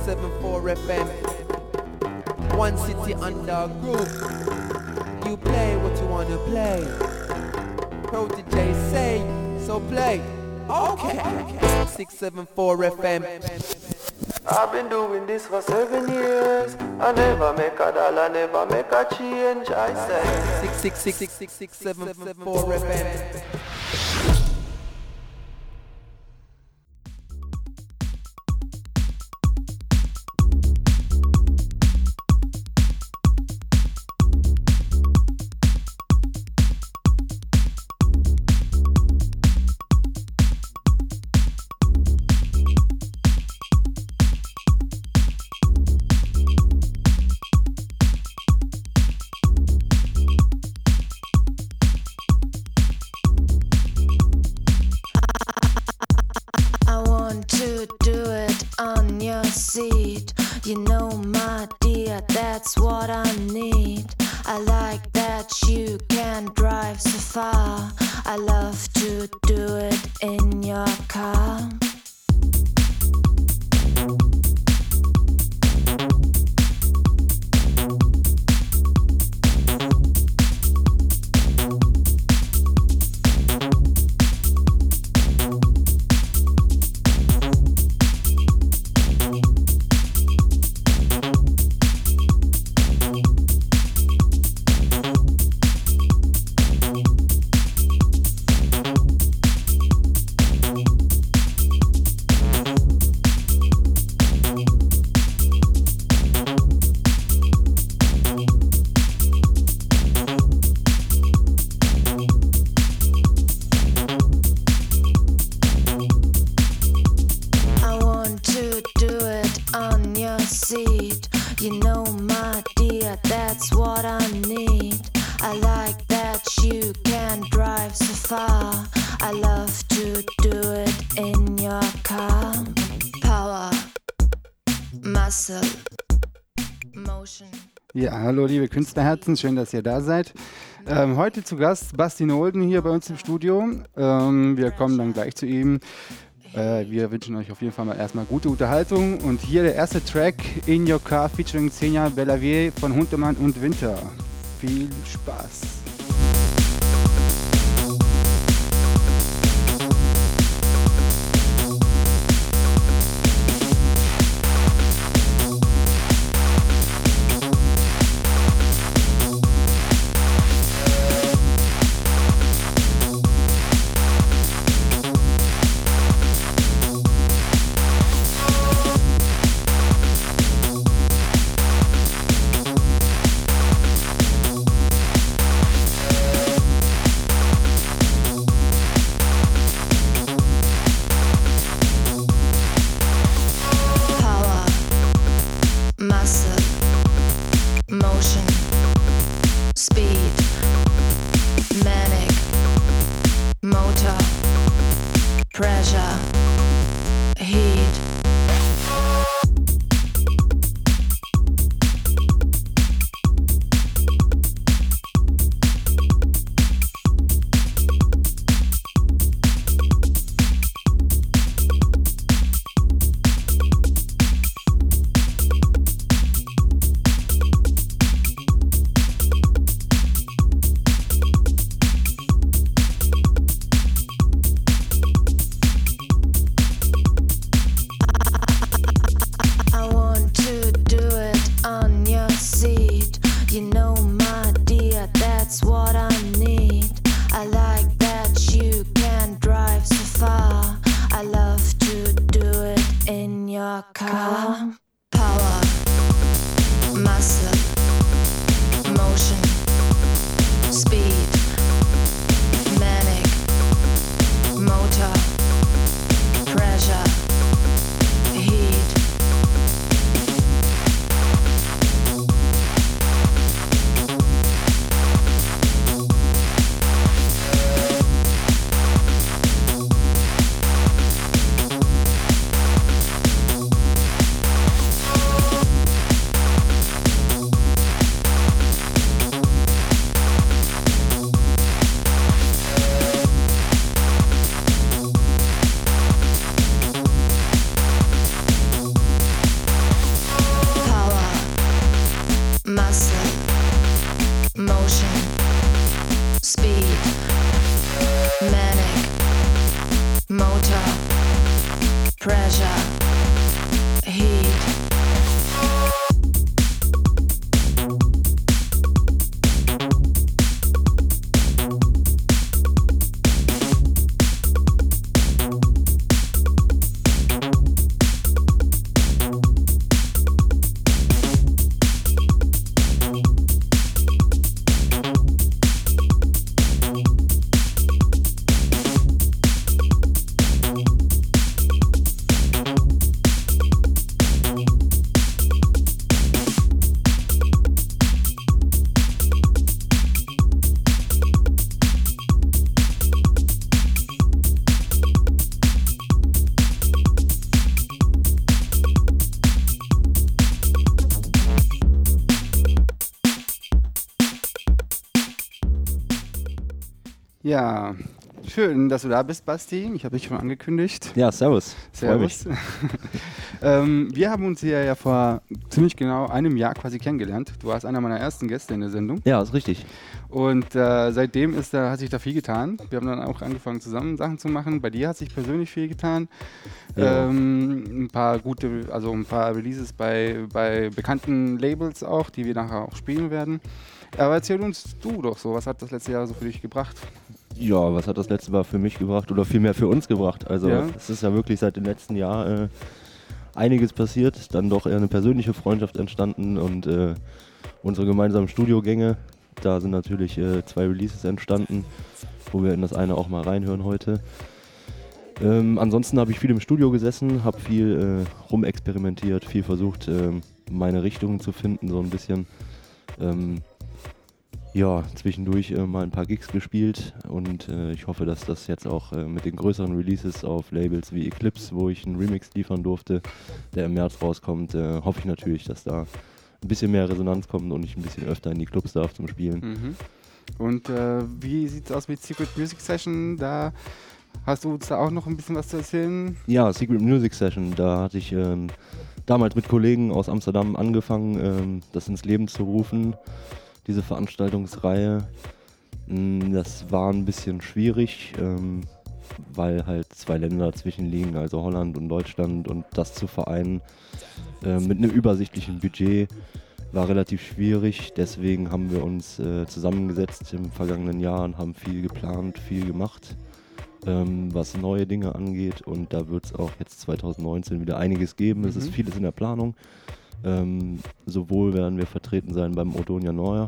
674 FM. One city under group. You play what you wanna play. Protege say, so play. Okay. 674 FM. I've been doing this for 7 years. I never make a dollar, never make a change. I say 674 FM. You know, my dear, that's what I need. I like that you can drive so far. I love to do it in your car. You know, my dear, that's what I need. I like that you can drive so far. I love to do it in your car. Power, muscle, motion. Ja, hallo liebe Künstlerherzen, schön, dass ihr da seid. Heute zu Gast Basti Nolden hier bei uns im Studio. Wir kommen dann gleich zu ihm. Wir wünschen euch auf jeden Fall mal erstmal gute Unterhaltung. Und hier der erste Track, In Your Car, featuring Xenia Belavier von Huntemann und Winter. Viel Spaß! Ja, schön, dass du da bist, Basti. Ich habe dich schon angekündigt. Ja, servus. Servus. Wir haben uns hier ja vor ziemlich genau einem Jahr quasi kennengelernt. Du warst einer meiner ersten Gäste in der Sendung. Ja, ist richtig. Und seitdem hat sich da viel getan. Wir haben dann auch angefangen, zusammen Sachen zu machen. Bei dir hat sich persönlich viel getan. Ja. Ein paar Releases bei bekannten Labels auch, die wir nachher auch spielen werden. Aber erzähl uns du doch so, was hat das letzte Jahr so für dich gebracht? Ja, was hat das letzte Mal für mich gebracht oder vielmehr für uns gebracht? Also es ist ja wirklich seit dem letzten Jahr einiges passiert, dann doch eher eine persönliche Freundschaft entstanden und unsere gemeinsamen Studiogänge, da sind natürlich 2 Releases entstanden, wo wir in das eine auch mal reinhören heute. Ansonsten habe ich viel im Studio gesessen, habe viel rumexperimentiert, viel versucht, meine Richtungen zu finden, so ein bisschen. Zwischendurch mal ein paar Gigs gespielt und ich hoffe, dass das jetzt auch mit den größeren Releases auf Labels wie Eclipse, wo ich einen Remix liefern durfte, der im März rauskommt, hoffe ich natürlich, dass da ein bisschen mehr Resonanz kommt und ich ein bisschen öfter in die Clubs darf zum Spielen. Mhm. Und wie sieht es aus mit Secret Music Session? Da hast du uns da auch noch ein bisschen was zu erzählen? Ja, Secret Music Session, da hatte ich damals mit Kollegen aus Amsterdam angefangen, das ins Leben zu rufen. Diese Veranstaltungsreihe, das war ein bisschen schwierig, weil halt 2 Länder dazwischen liegen, also Holland und Deutschland, und das zu vereinen mit einem übersichtlichen Budget war relativ schwierig. Deswegen haben wir uns zusammengesetzt im vergangenen Jahr und haben viel geplant, viel gemacht, was neue Dinge angeht, und da wird es auch jetzt 2019 wieder einiges geben. Es ist vieles in der Planung. Sowohl werden wir vertreten sein beim Odonia Neuer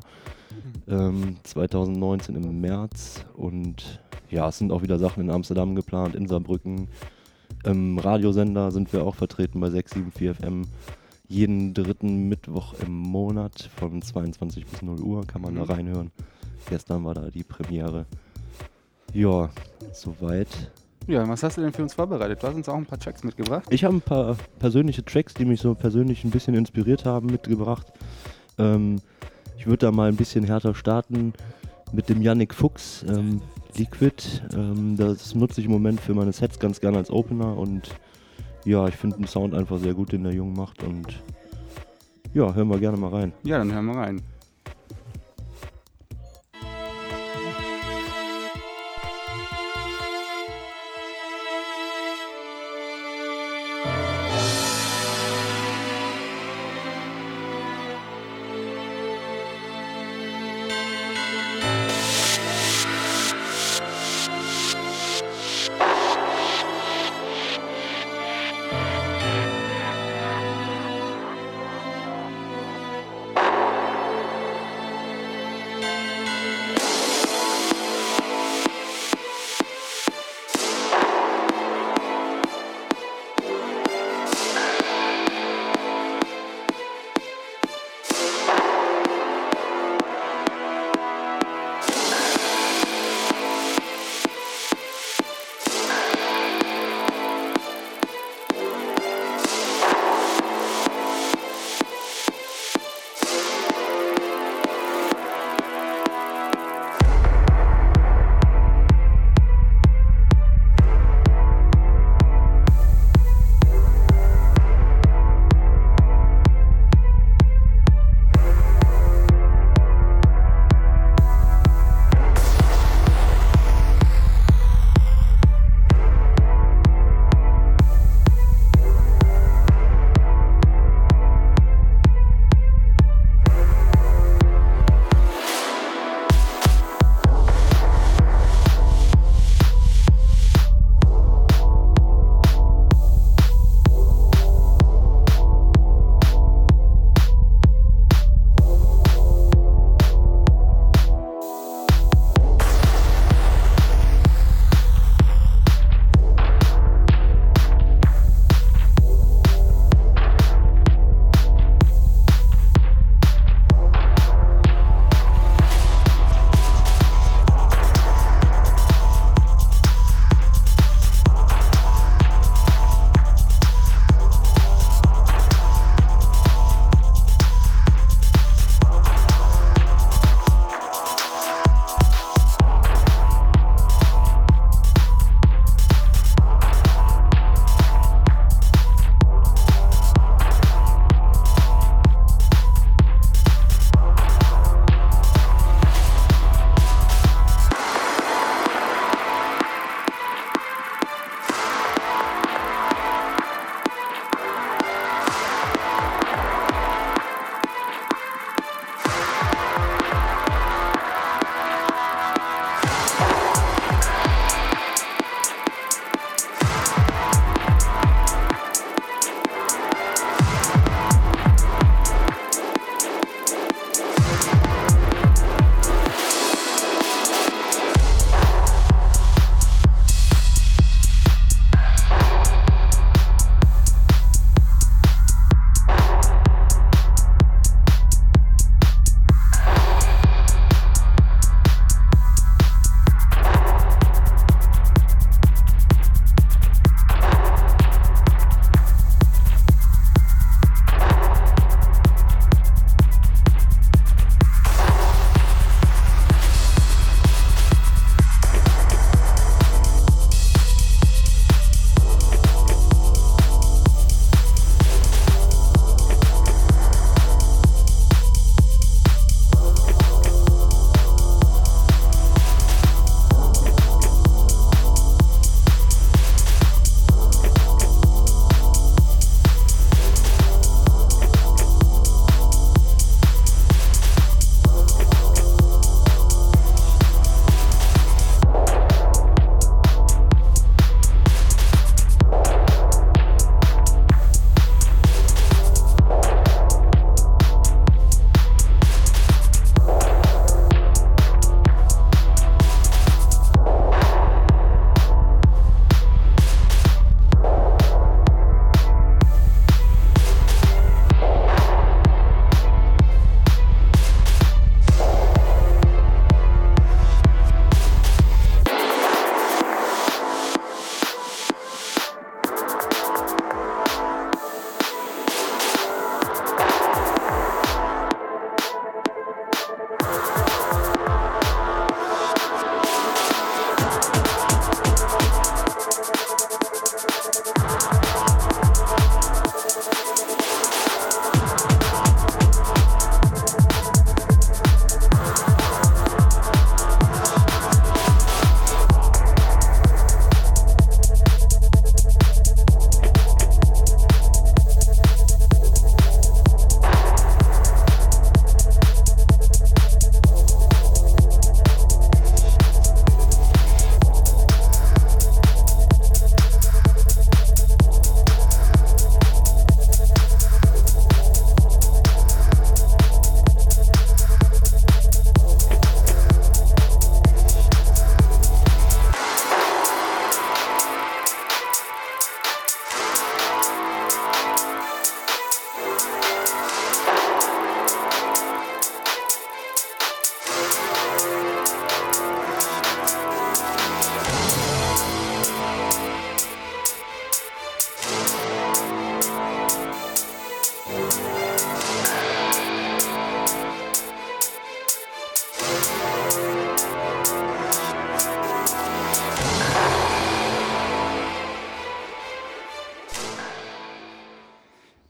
2019 im März, und ja, es sind auch wieder Sachen in Amsterdam geplant, in Saarbrücken. Radiosender sind wir auch vertreten bei 674 FM. Jeden 3. Mittwoch im Monat von 22 bis 0 Uhr kann man da reinhören. Gestern war da die Premiere. Ja, soweit. Ja, was hast du denn für uns vorbereitet? Du hast uns auch ein paar Tracks mitgebracht. Ich habe ein paar persönliche Tracks, die mich so persönlich ein bisschen inspiriert haben, mitgebracht. Ich würde da mal ein bisschen härter starten mit dem Yannick Fuchs, Liquid. Das nutze ich im Moment für meine Sets ganz gerne als Opener, und ja, ich finde den Sound einfach sehr gut, den der Junge macht, und ja, hören wir gerne mal rein. Ja, dann hören wir rein.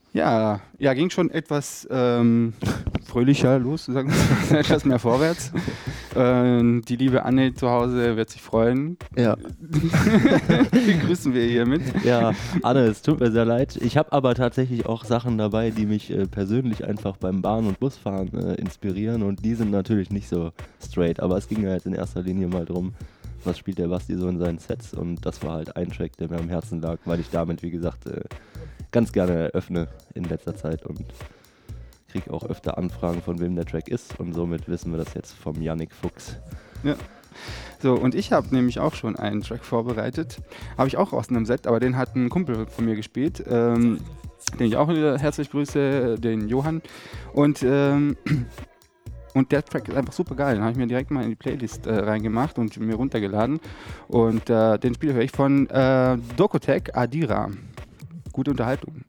Ja, ging schon etwas fröhlicher los, sagen wir etwas mehr vorwärts. Die liebe Anne zu Hause wird sich freuen. Ja. Die grüßen wir hiermit. Ja, Anne, es tut mir sehr leid. Ich habe aber tatsächlich auch Sachen dabei, die mich persönlich einfach beim Bahn- und Busfahren inspirieren und die sind natürlich nicht so straight, aber es ging ja jetzt in erster Linie mal drum, was spielt der Basti so in seinen Sets und das war halt ein Track, der mir am Herzen lag, weil ich damit, wie gesagt, ganz gerne öffne in letzter Zeit und kriege auch öfter Anfragen, von wem der Track ist und somit wissen wir das jetzt vom Yannick Fuchs. Ja. So, und ich habe nämlich auch schon einen Track vorbereitet. Habe ich auch aus einem Set, aber den hat ein Kumpel von mir gespielt, den ich auch herzlich grüße, den Johann. Und der Track ist einfach super geil. Den habe ich mir direkt mal in die Playlist reingemacht und mir runtergeladen. Und den spiele ich von Dokotech Adira. Gute Unterhaltung.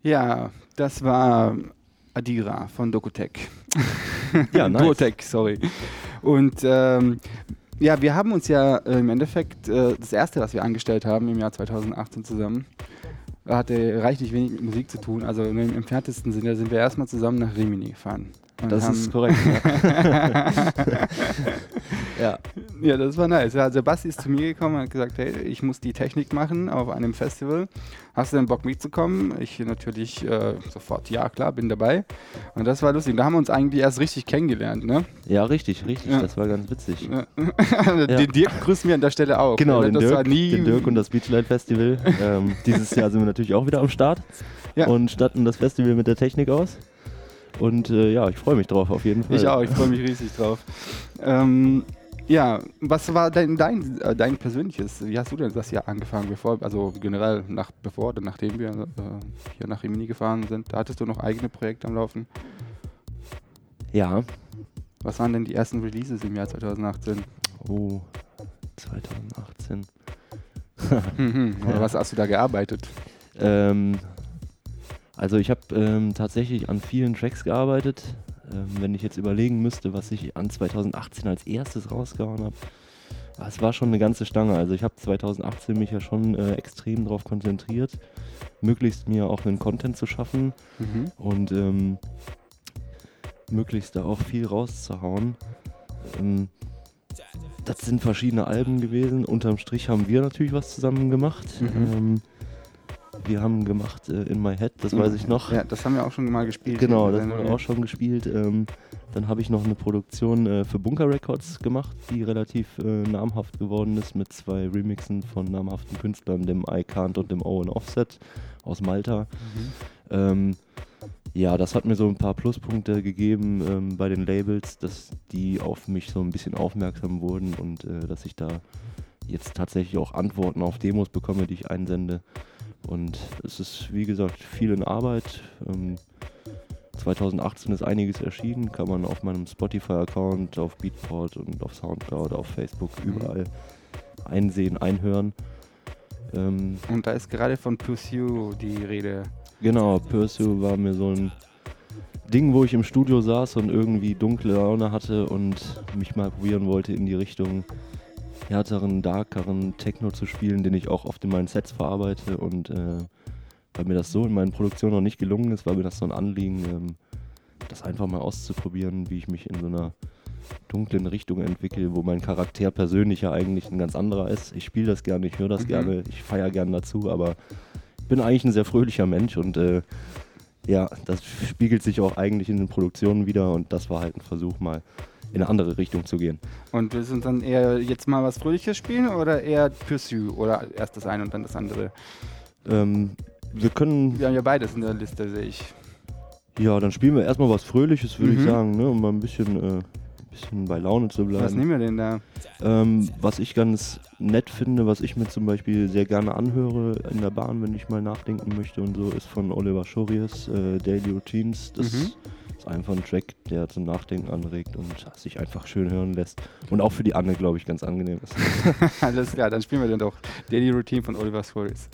Ja, das war Adira von Dokutech. Ja, nice. Duotech, sorry. Und ja, wir haben uns ja im Endeffekt das erste, was wir angestellt haben im Jahr 2018 zusammen, hatte reichlich wenig mit Musik zu tun. Also im entferntesten Sinne sind wir erstmal zusammen nach Rimini gefahren. Und Das ist korrekt. Ja. Ja, das war nice. Ja, Basti ist zu mir gekommen und hat gesagt, hey, ich muss die Technik machen auf einem Festival. Hast du denn Bock mitzukommen? Ich natürlich sofort, ja klar, bin dabei. Und das war lustig. Da haben wir uns eigentlich erst richtig kennengelernt, ne? Ja, richtig. Ja. Das war ganz witzig. Ja. Den Dirk grüßen wir an der Stelle auch. Genau, den den Dirk und das Beachlight Festival. Dieses Jahr sind wir natürlich auch wieder am Start Ja. und statten das Festival mit der Technik aus. Und ja, ich freue mich drauf auf jeden Fall. Ich auch, ich freue mich riesig drauf. Ja, was war dein persönliches, wie hast du denn das Jahr angefangen, bevor oder nachdem wir hier nach Rimini gefahren sind? Da hattest du noch eigene Projekte am Laufen. Ja. Was waren denn die ersten Releases im Jahr 2018? Oh, 2018. Oder was hast du da gearbeitet? Also ich habe tatsächlich an vielen Tracks gearbeitet. Wenn ich jetzt überlegen müsste, was ich an 2018 als erstes rausgehauen habe, es war schon eine ganze Stange. Also ich habe 2018 mich ja schon extrem darauf konzentriert, möglichst mir auch einen Content zu schaffen und möglichst da auch viel rauszuhauen. Das sind verschiedene Alben gewesen. Unterm Strich haben wir natürlich was zusammen gemacht. Wir haben gemacht In My Head, das weiß ich noch. Ja, das haben wir auch schon mal gespielt. Genau, das wurde auch schon gespielt. Dann habe ich noch eine Produktion für Bunker Records gemacht, die relativ namhaft geworden ist mit 2 Remixen von namhaften Künstlern, dem I Can't und dem Owen Offset aus Malta. Ja, das hat mir so ein paar Pluspunkte gegeben bei den Labels, dass die auf mich so ein bisschen aufmerksam wurden und dass ich da jetzt tatsächlich auch Antworten auf Demos bekomme, die ich einsende. Und es ist, wie gesagt, viel in Arbeit. 2018 ist einiges erschienen, kann man auf meinem Spotify-Account, auf Beatport und auf Soundcloud, auf Facebook überall einsehen, einhören. Und da ist gerade von Pursue die Rede. Genau, Pursue war mir so ein Ding, wo ich im Studio saß und irgendwie dunkle Laune hatte und mich mal probieren wollte in die Richtung härteren, darkeren Techno zu spielen, den ich auch oft in meinen Sets verarbeite und weil mir das so in meinen Produktionen noch nicht gelungen ist, war mir das so ein Anliegen, das einfach mal auszuprobieren, wie ich mich in so einer dunklen Richtung entwickle, wo mein Charakter persönlich ja eigentlich ein ganz anderer ist. Ich spiele das gerne, ich höre das gerne, ich feiere gerne dazu, aber ich bin eigentlich ein sehr fröhlicher Mensch und ja, das spiegelt sich auch eigentlich in den Produktionen wieder und das war halt ein Versuch, mal in eine andere Richtung zu gehen. Und willst du dann eher jetzt mal was Fröhliches spielen oder eher Pursue oder erst das eine und dann das andere? Wir haben ja beides in der Liste, sehe ich. Ja, dann spielen wir erstmal was Fröhliches, würde ich sagen, ne, um mal ein bisschen bei Laune zu bleiben. Was nehmen wir denn da? Was ich ganz nett finde, was ich mir zum Beispiel sehr gerne anhöre in der Bahn, wenn ich mal nachdenken möchte und so, ist von Oliver Schorius, Daily Routines. Das ist einfach ein Track, der zum Nachdenken anregt und sich einfach schön hören lässt. Und auch für die Anne, glaube ich, ganz angenehm ist. Alles klar, dann spielen wir dann doch Daily Routine von Oliver Schorius.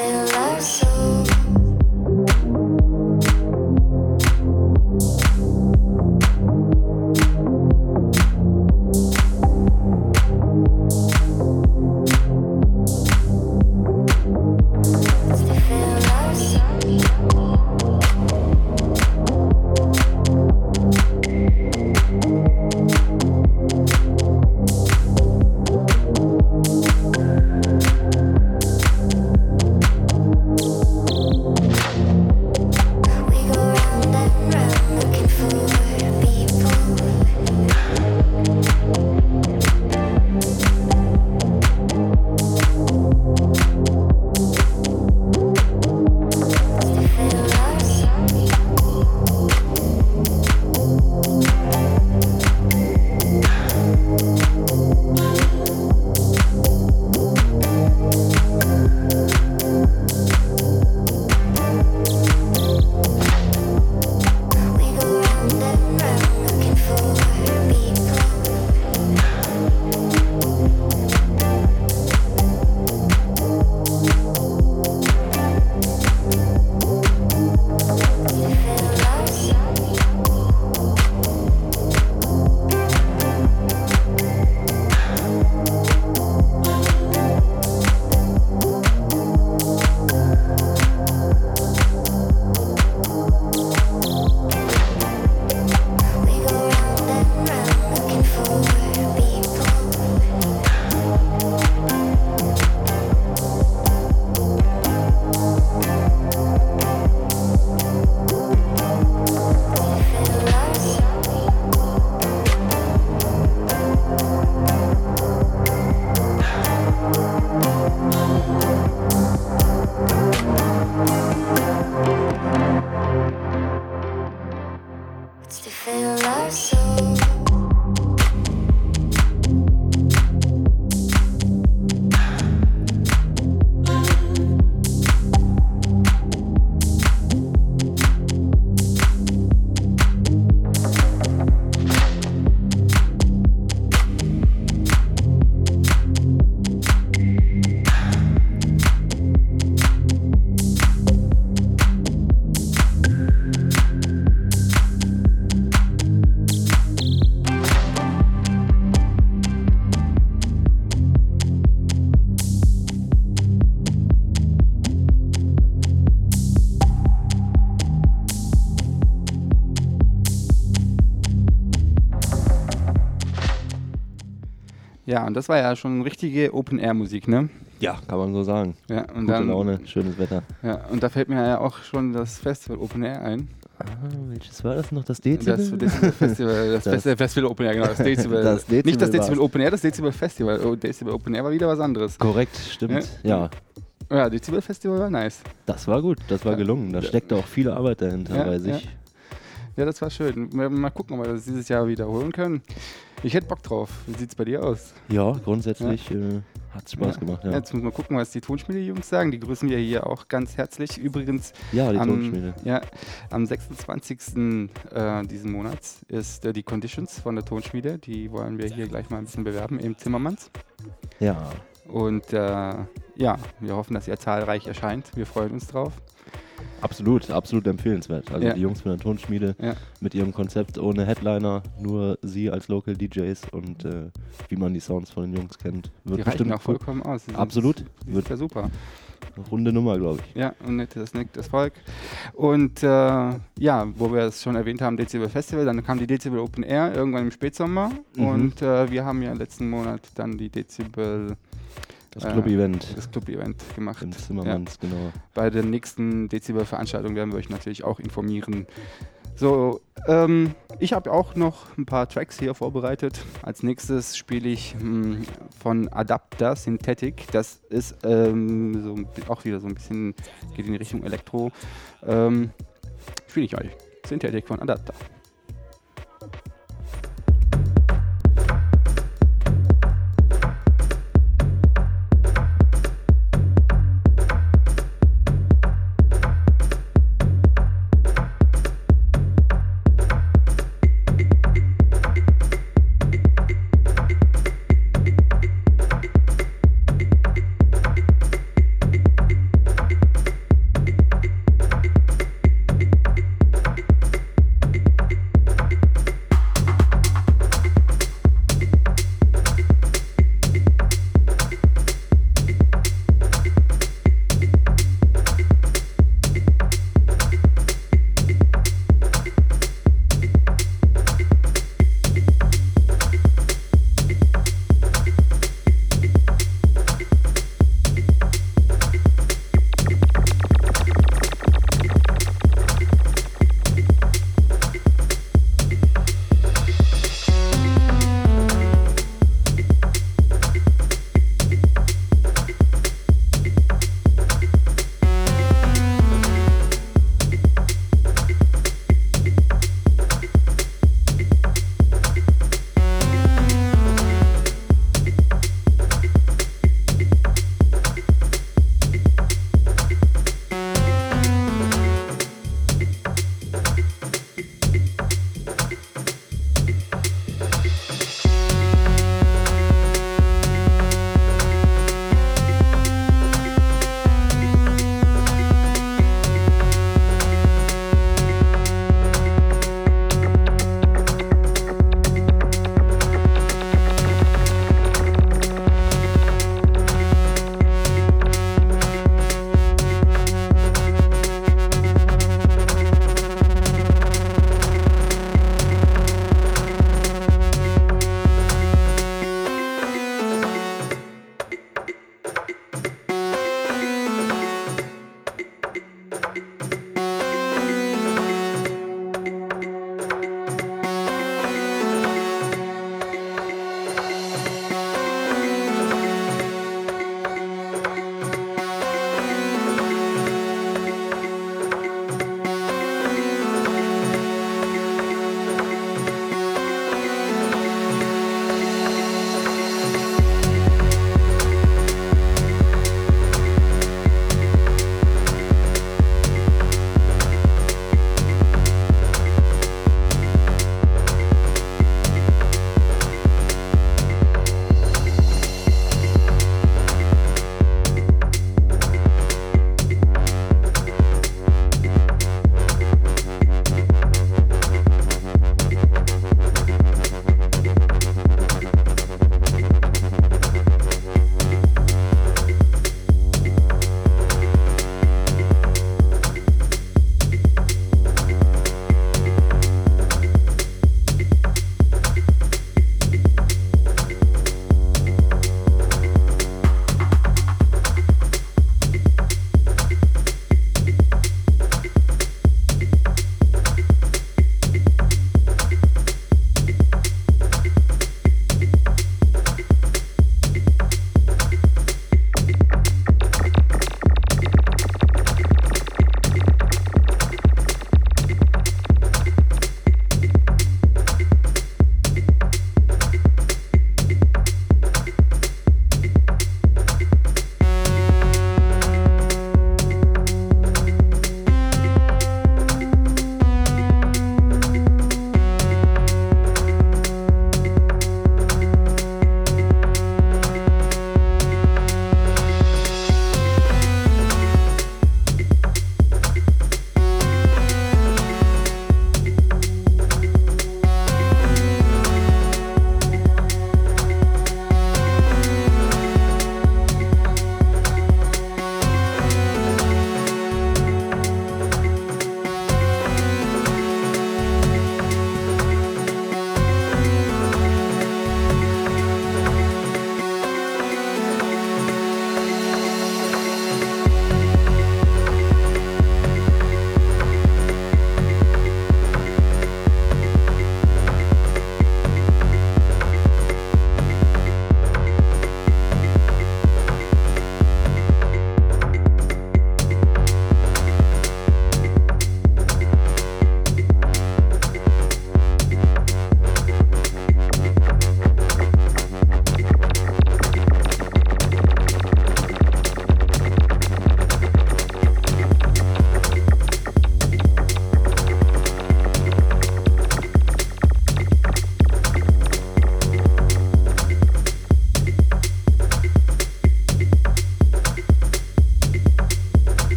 fill our soul. Ja, und das war ja schon richtige Open-Air-Musik, ne? Ja, kann man so sagen. Ja, und Gute dann, Laune, schönes Wetter. Ja, und da fällt mir ja auch schon das Festival Open Air ein. Ah, welches war das noch? Das Dezibel? Das Dezibel Festival, das Festival Open Air, genau, das Dezibel. Das Dezibel nicht das Dezibel war's. Open Air, das Dezibel Festival. Oh, Dezibel Open Air war wieder was anderes. Korrekt, stimmt. Ja. Ja, Dezibel Festival war nice. Das war gut, das war gelungen. Da steckte auch viel Arbeit dahinter bei sich. Ja, das war schön. Mal gucken, ob wir das dieses Jahr wiederholen können. Ich hätte Bock drauf. Wie sieht es bei dir aus? Ja, grundsätzlich hat es Spaß gemacht. Ja. Jetzt müssen wir gucken, was die Tonschmiede-Jungs sagen. Die grüßen wir hier auch ganz herzlich. Übrigens, Ja, die Tonschmiede. Ja, am 26. Diesen Monats ist die Conditions von der Tonschmiede. Die wollen wir hier gleich mal ein bisschen bewerben im Zimmermanns. Ja. Und ja, wir hoffen, dass ihr zahlreich erscheint. Wir freuen uns drauf. Absolut, absolut empfehlenswert. Also Ja. die Jungs von der Tonschmiede mit ihrem Konzept ohne Headliner, nur sie als Local DJs und wie man die Sounds von den Jungs kennt. Wird Die reichen bestimmt auch vollkommen aus. Absolut. Wird ja super. Eine runde Nummer, glaube ich. Ja, und nettes Volk. Und ja, wo wir es schon erwähnt haben, Dezibel Festival, dann kam die Dezibel Open Air irgendwann im Spätsommer. Und wir haben ja letzten Monat dann die Dezibel Das Club-Event. Das Club-Event gemacht. Im Zimmermanns, genau. Bei der nächsten Dezibel-Veranstaltung werden wir euch natürlich auch informieren. So, ich habe auch noch ein paar Tracks hier vorbereitet. Als nächstes spiele ich von Adapter Synthetic. Das ist auch wieder so ein bisschen, geht in die Richtung Elektro. Spiele ich euch. Synthetic von Adapter.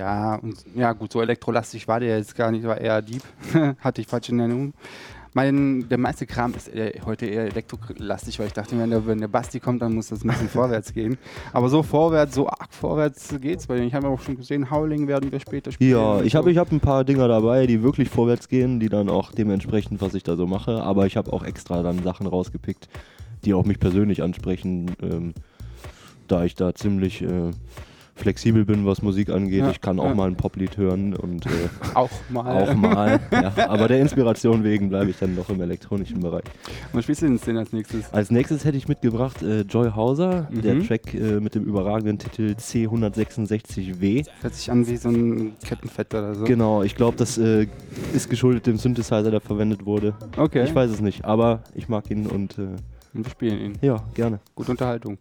Ja, und, ja gut, so elektrolastig war der jetzt gar nicht, war eher Deep. Hatte ich falsche Nennung. Der meiste Kram ist heute eher elektrolastig, weil ich dachte, wenn der Basti kommt, dann muss das ein bisschen vorwärts gehen. Aber so arg vorwärts geht's, weil ich habe auch schon gesehen, Howling werden wir später spielen. Ja, ich hab ein paar Dinger dabei, die wirklich vorwärts gehen, die dann auch dementsprechend, was ich da so mache. Aber ich habe auch extra dann Sachen rausgepickt, die auch mich persönlich ansprechen, da ich da ziemlich flexibel bin, was Musik angeht. Ja, ich kann auch mal ein Poplied hören und auch mal. Auch mal, ja. Aber der Inspiration wegen bleibe ich dann noch im elektronischen Bereich. Was spielst du denn als nächstes? Als nächstes hätte ich mitgebracht Joy Hauser, der Track mit dem überragenden Titel C166W. Das hört sich an wie so ein Kettenfett oder so. Genau, ich glaube, das ist geschuldet dem Synthesizer, der verwendet wurde. Okay. Ich weiß es nicht, aber ich mag ihn und wir spielen ihn. Ja, gerne. Gute Unterhaltung.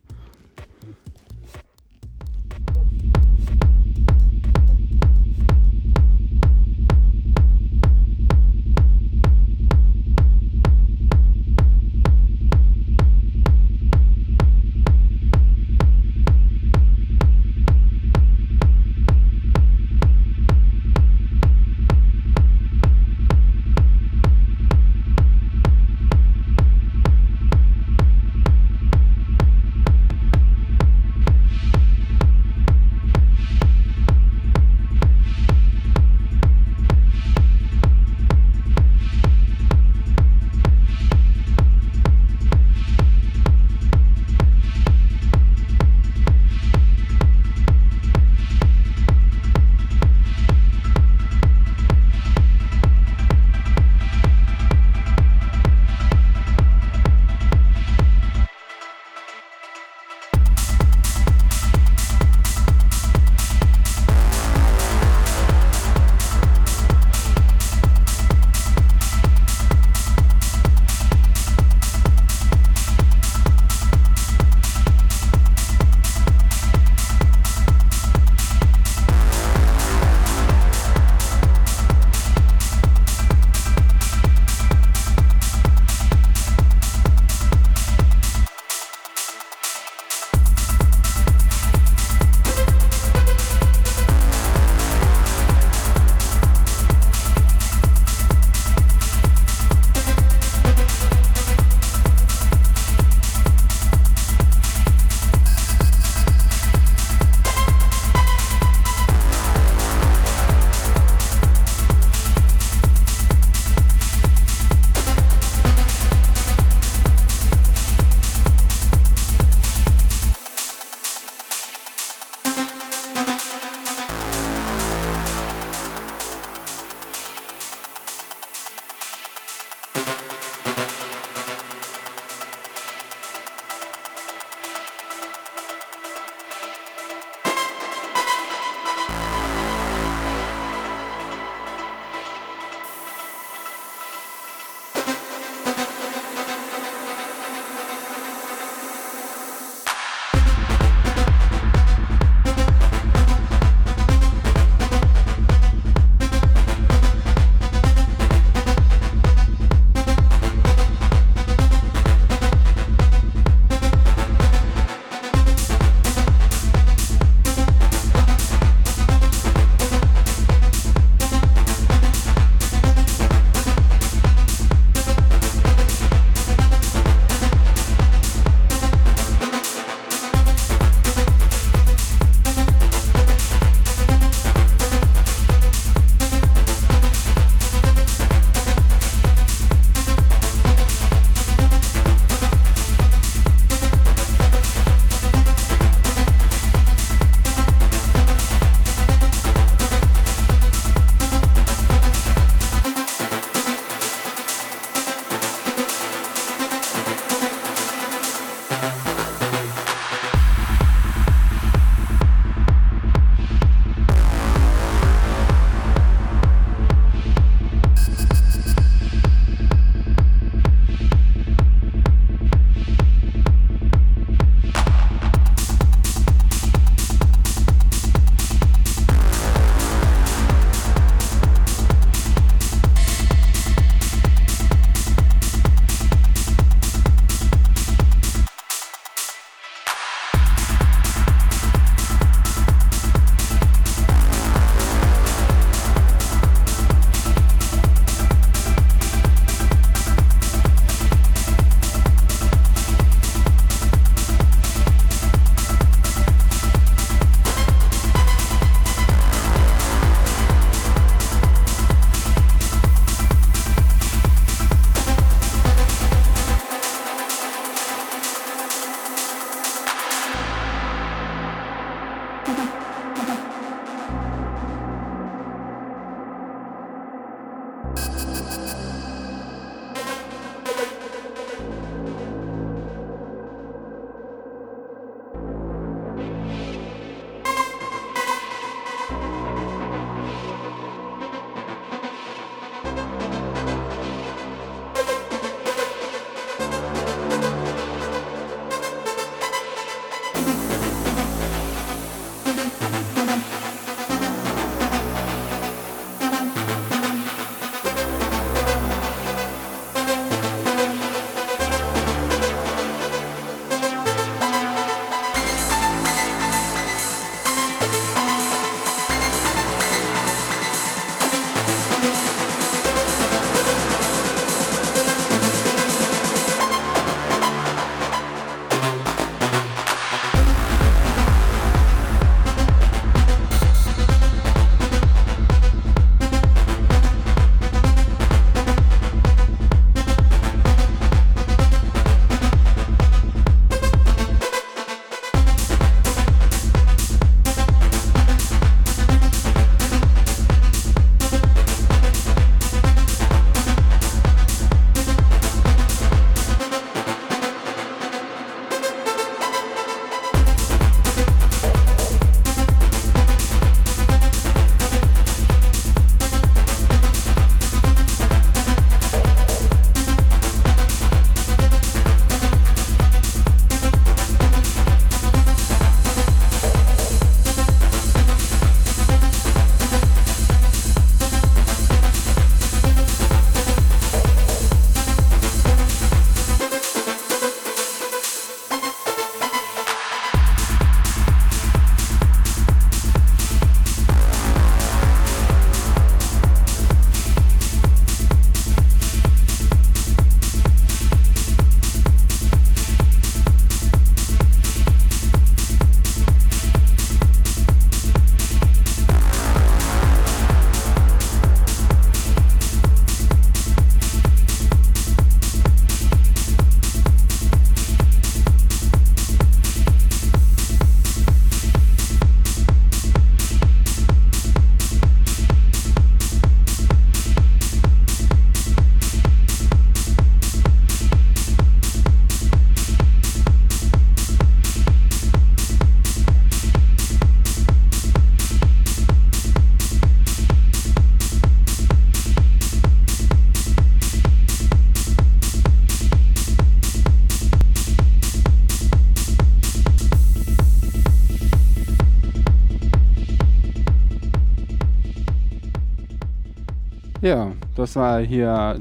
Ja, das war hier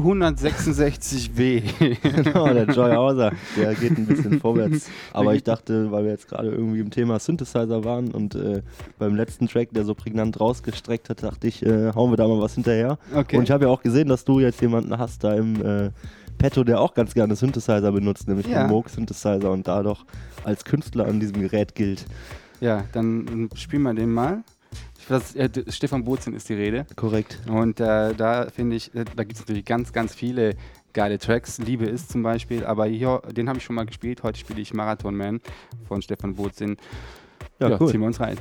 C166W. Genau, der Joy Hauser, der geht ein bisschen vorwärts. Aber ich dachte, weil wir jetzt gerade irgendwie im Thema Synthesizer waren und beim letzten Track, der so prägnant rausgestreckt hat, dachte ich, hauen wir da mal was hinterher. Okay. Und ich habe ja auch gesehen, dass du jetzt jemanden hast da im Petto, der auch ganz gerne Synthesizer benutzt, nämlich den Moog Synthesizer und da doch als Künstler an diesem Gerät gilt. Ja, dann spielen wir den mal. Stefan Bozen ist die Rede. Korrekt. Und da finde ich, da gibt es natürlich ganz, ganz viele geile Tracks. Liebe ist zum Beispiel, aber hier, den habe ich schon mal gespielt. Heute spiele ich Marathon Man von Stefan Bozen. Ja, cool. Ziehen wir uns rein.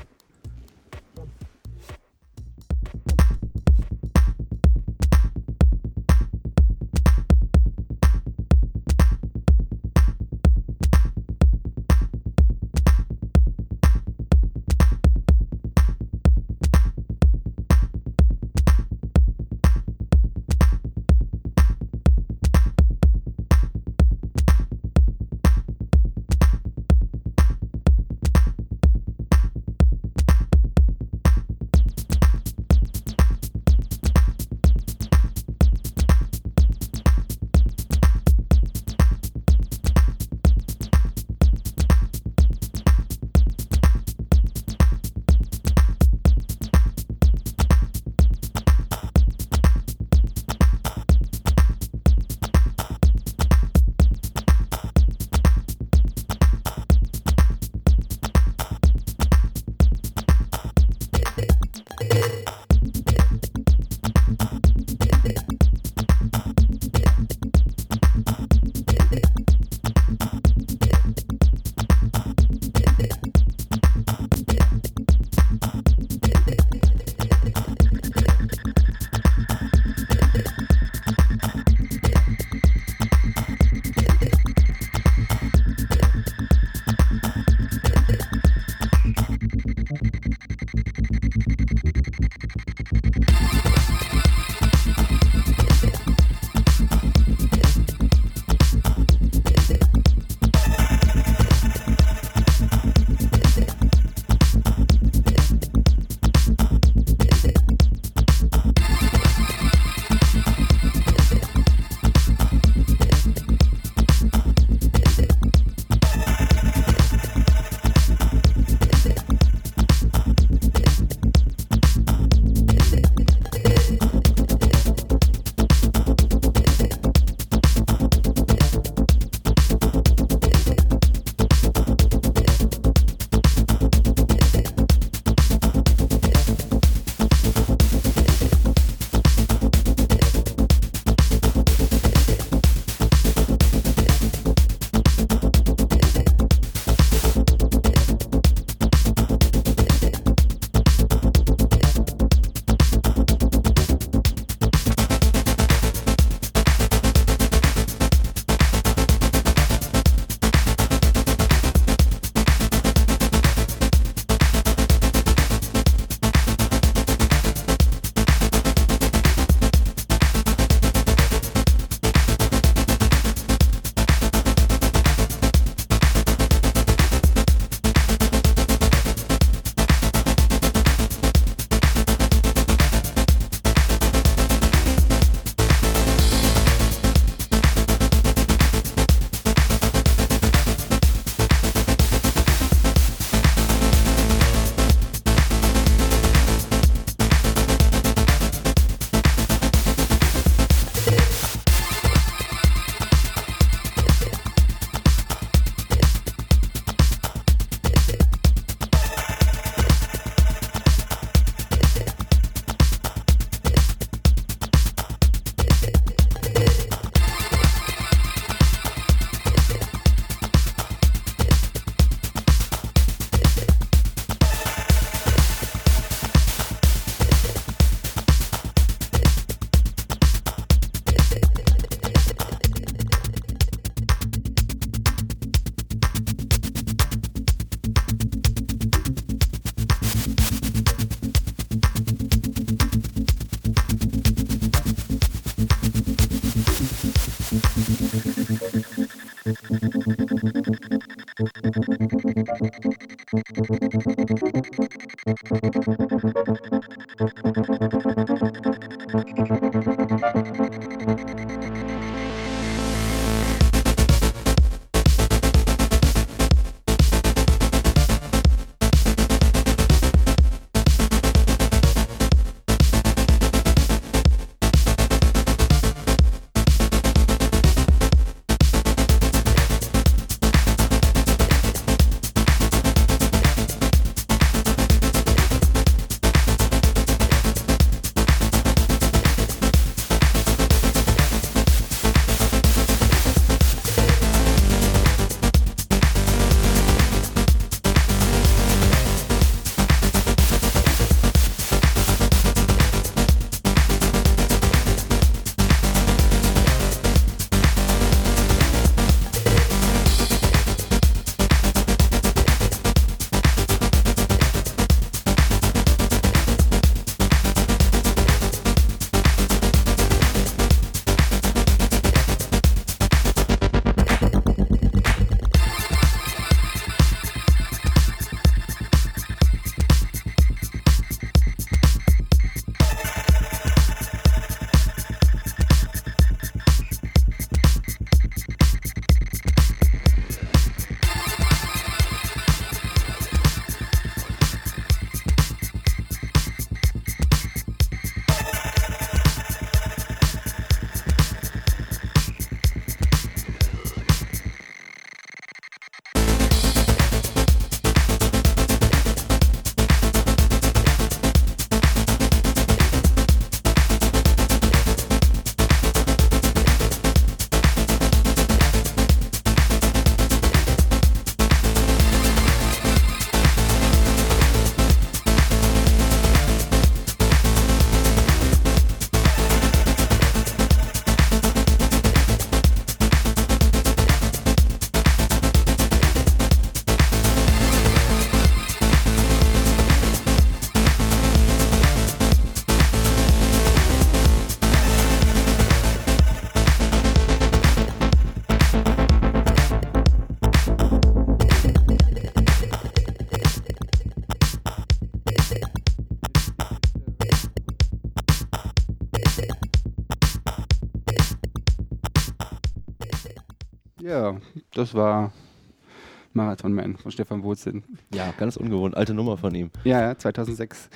Ja, das war Marathon Man von Stefan Bozen. Ja, ganz ungewohnt. Alte Nummer von ihm. Ja, 2006.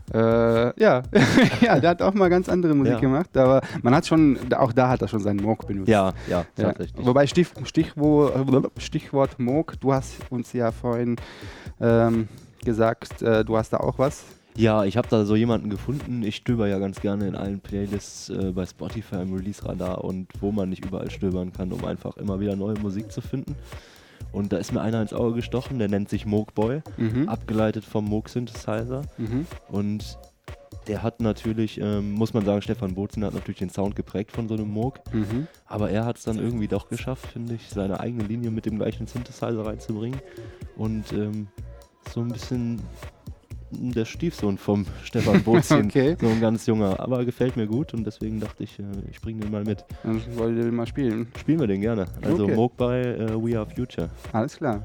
Ja, ja, der hat auch mal ganz andere Musik gemacht, aber man hat schon, auch da hat er schon seinen Moog benutzt. Ja, tatsächlich. Wobei Stichwort Moog, du hast uns ja vorhin gesagt, du hast da auch was. Ja, ich habe da so jemanden gefunden. Ich stöber ja ganz gerne in allen Playlists bei Spotify im Release-Radar und wo man nicht überall stöbern kann, um einfach immer wieder neue Musik zu finden. Und da ist mir einer ins Auge gestochen, der nennt sich Moogboy, abgeleitet vom Moog Synthesizer. Und der hat natürlich, muss man sagen, Stefan Bozen hat natürlich den Sound geprägt von so einem Moog. Aber er hat es dann irgendwie doch geschafft, finde ich, seine eigene Linie mit dem gleichen Synthesizer reinzubringen. Und so ein bisschen der Stiefsohn vom Stefan Bozen, Okay. So ein ganz junger, aber gefällt mir gut und deswegen dachte ich, ich bringe den mal mit. Dann wollt ihr den mal spielen. Spielen wir den gerne. Also Okay. Moogboy, We Are Future. Alles klar.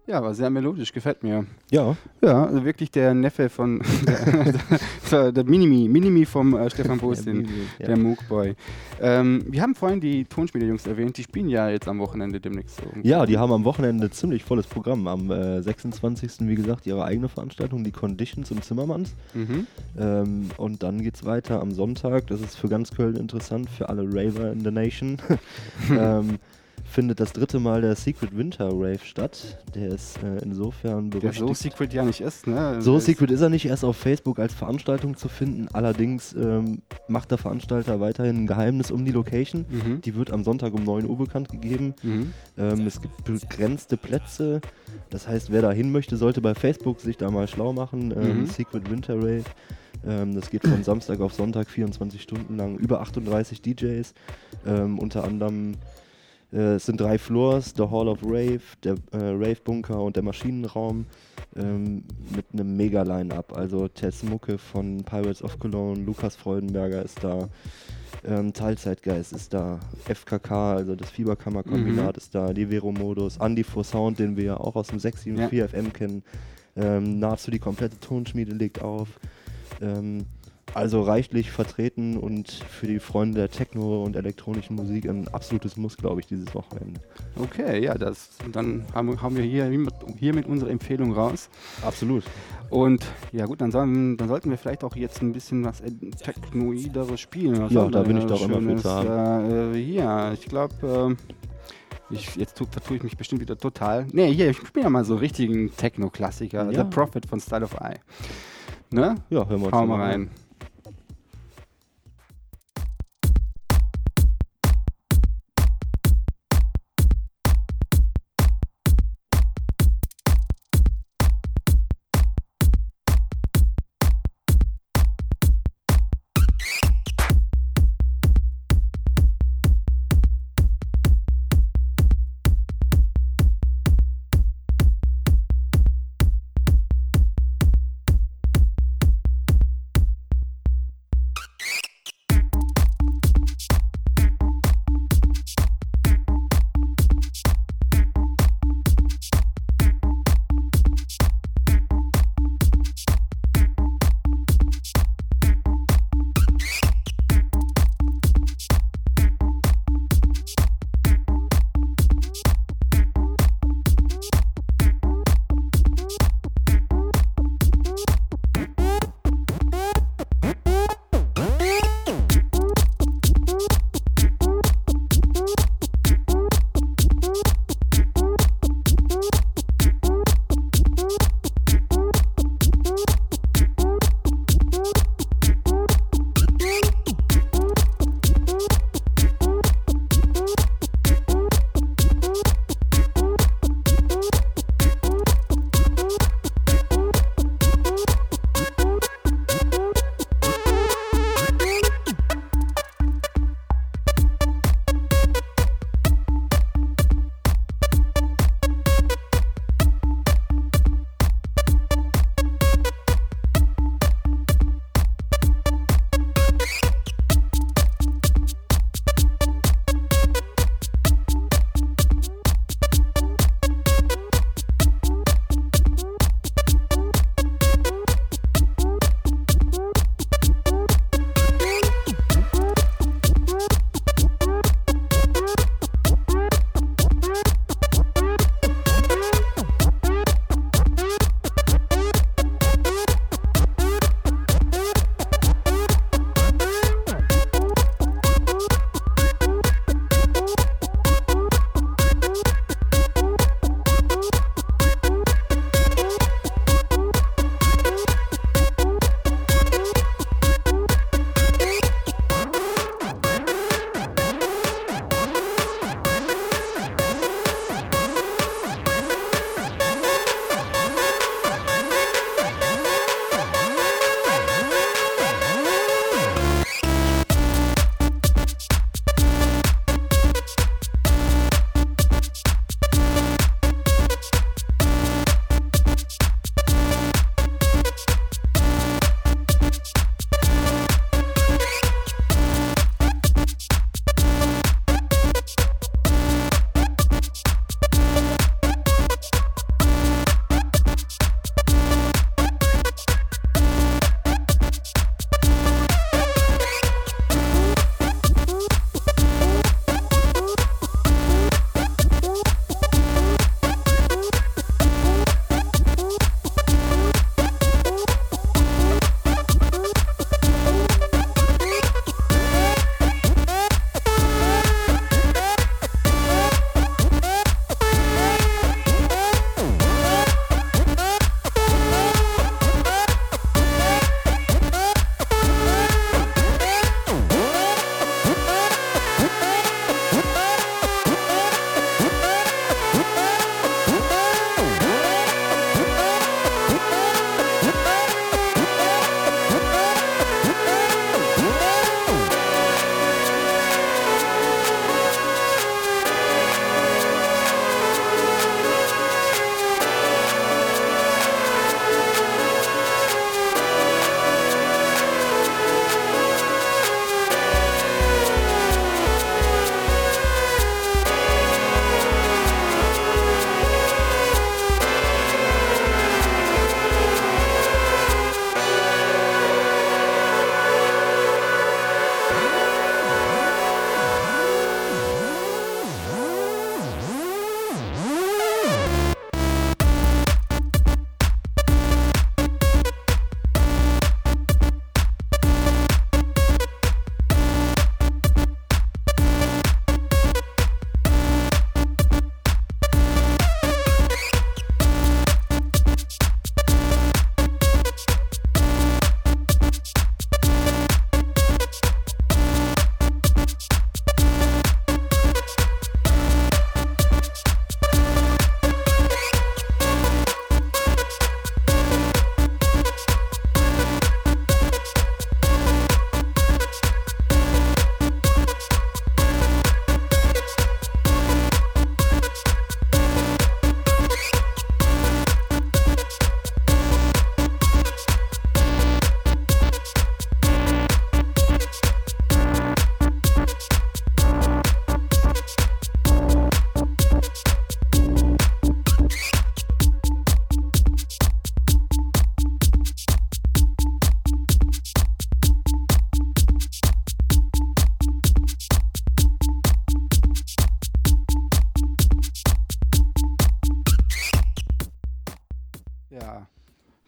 Ja, war sehr melodisch, gefällt mir. Ja, Ja, also wirklich der Neffe von der Minimi vom Stefan Postin, Ja. der Moogboy. Wir haben vorhin die Tonspieler-Jungs erwähnt, die spielen ja jetzt am Wochenende demnächst so. Ja, die haben am Wochenende ziemlich volles Programm. Am 26. wie gesagt ihre eigene Veranstaltung, die Conditions im Zimmermanns. Mhm. Und dann geht's weiter am Sonntag. Das ist für ganz Köln interessant, für alle Raver in the Nation. Findet das 3. Mal der Secret Winter Rave statt. Der ist insofern Der berüchtigt. so secret ja nicht ist, ne? So Das- secret ist er nicht, erst auf Facebook als Veranstaltung zu finden. Allerdings macht der Veranstalter weiterhin ein Geheimnis um die Location. Mhm. Die wird am Sonntag um 9 Uhr bekannt gegeben. Mhm. Es gibt begrenzte Plätze. Das heißt, wer da hin möchte, sollte bei Facebook sich da mal schlau machen. Mhm. Secret Winter Rave. Das geht von Samstag auf Sonntag 24 Stunden lang. Über 38 DJs. Unter anderem es sind 3 Floors, der Hall of Rave, der Rave-Bunker und der Maschinenraum mit einem Mega-Line-Up. Also Tess Mucke von Pirates of Cologne, Lukas Freudenberger ist da, Teilzeitgeist ist da, FKK, also das Fieberkammerkombinat ist da, die Vero-Modus, Andy for Sound, den wir ja auch aus dem 674 FM kennen, nahezu die komplette Tonschmiede legt auf. Also reichlich vertreten und für die Freunde der Techno- und elektronischen Musik ein absolutes Muss, glaube ich, dieses Wochenende. Okay, ja, dann haben wir hiermit unsere Empfehlung raus. Absolut. Und ja gut, dann sollten wir vielleicht auch jetzt ein bisschen was Technoideres spielen. Was Ja, haben da wir bin ich doch immer Schönes? für zu haben. Hier, ich glaube, vertue ich mich bestimmt wieder total. Nee, hier, ich spiele ja mal so einen richtigen Techno-Klassiker. Ja. The Prophet von Style of Eye. Ne? Ja, hören wir uns Hau mal mal an. rein.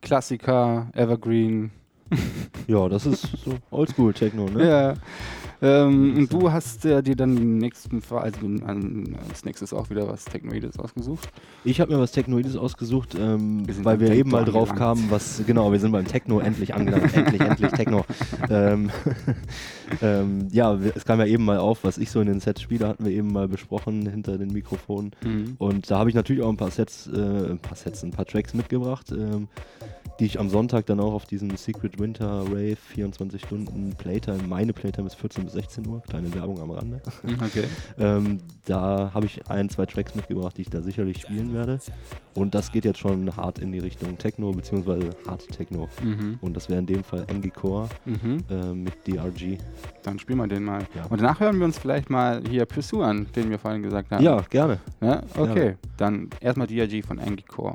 Klassiker, Evergreen. Ja, das ist so Oldschool Techno, ne? Ja. Und du hast dir dann im nächsten Fall, also als nächstes auch wieder was Technoides ausgesucht. Ich habe mir was Technoides ausgesucht, sind weil beim wir Techno eben mal drauf angelangt. kamen, genau, wir sind beim Techno endlich angelangt, endlich Techno. Ja, es kam ja eben mal auf, was ich so in den Sets spiele, hatten wir eben mal besprochen hinter den Mikrofonen. Und da habe ich natürlich auch ein paar Tracks mitgebracht, die ich am Sonntag dann auch auf diesem Secret Winter Rave 24 Stunden Playtime, meine Playtime ist 14 bis 16 Uhr, kleine Werbung am Rande. Okay. Da habe ich 2 Tracks mitgebracht, die ich da sicherlich spielen werde. Und das geht jetzt schon hart in die Richtung Techno, beziehungsweise Hard Techno. Und das wäre in dem Fall MG Core mit DRG. Dann spielen wir den mal. Ja. Und danach hören wir uns vielleicht mal hier Pursue an, den wir vorhin gesagt haben. Ja, gerne. Ja? Okay, Ja. dann erstmal DRG von MG Core.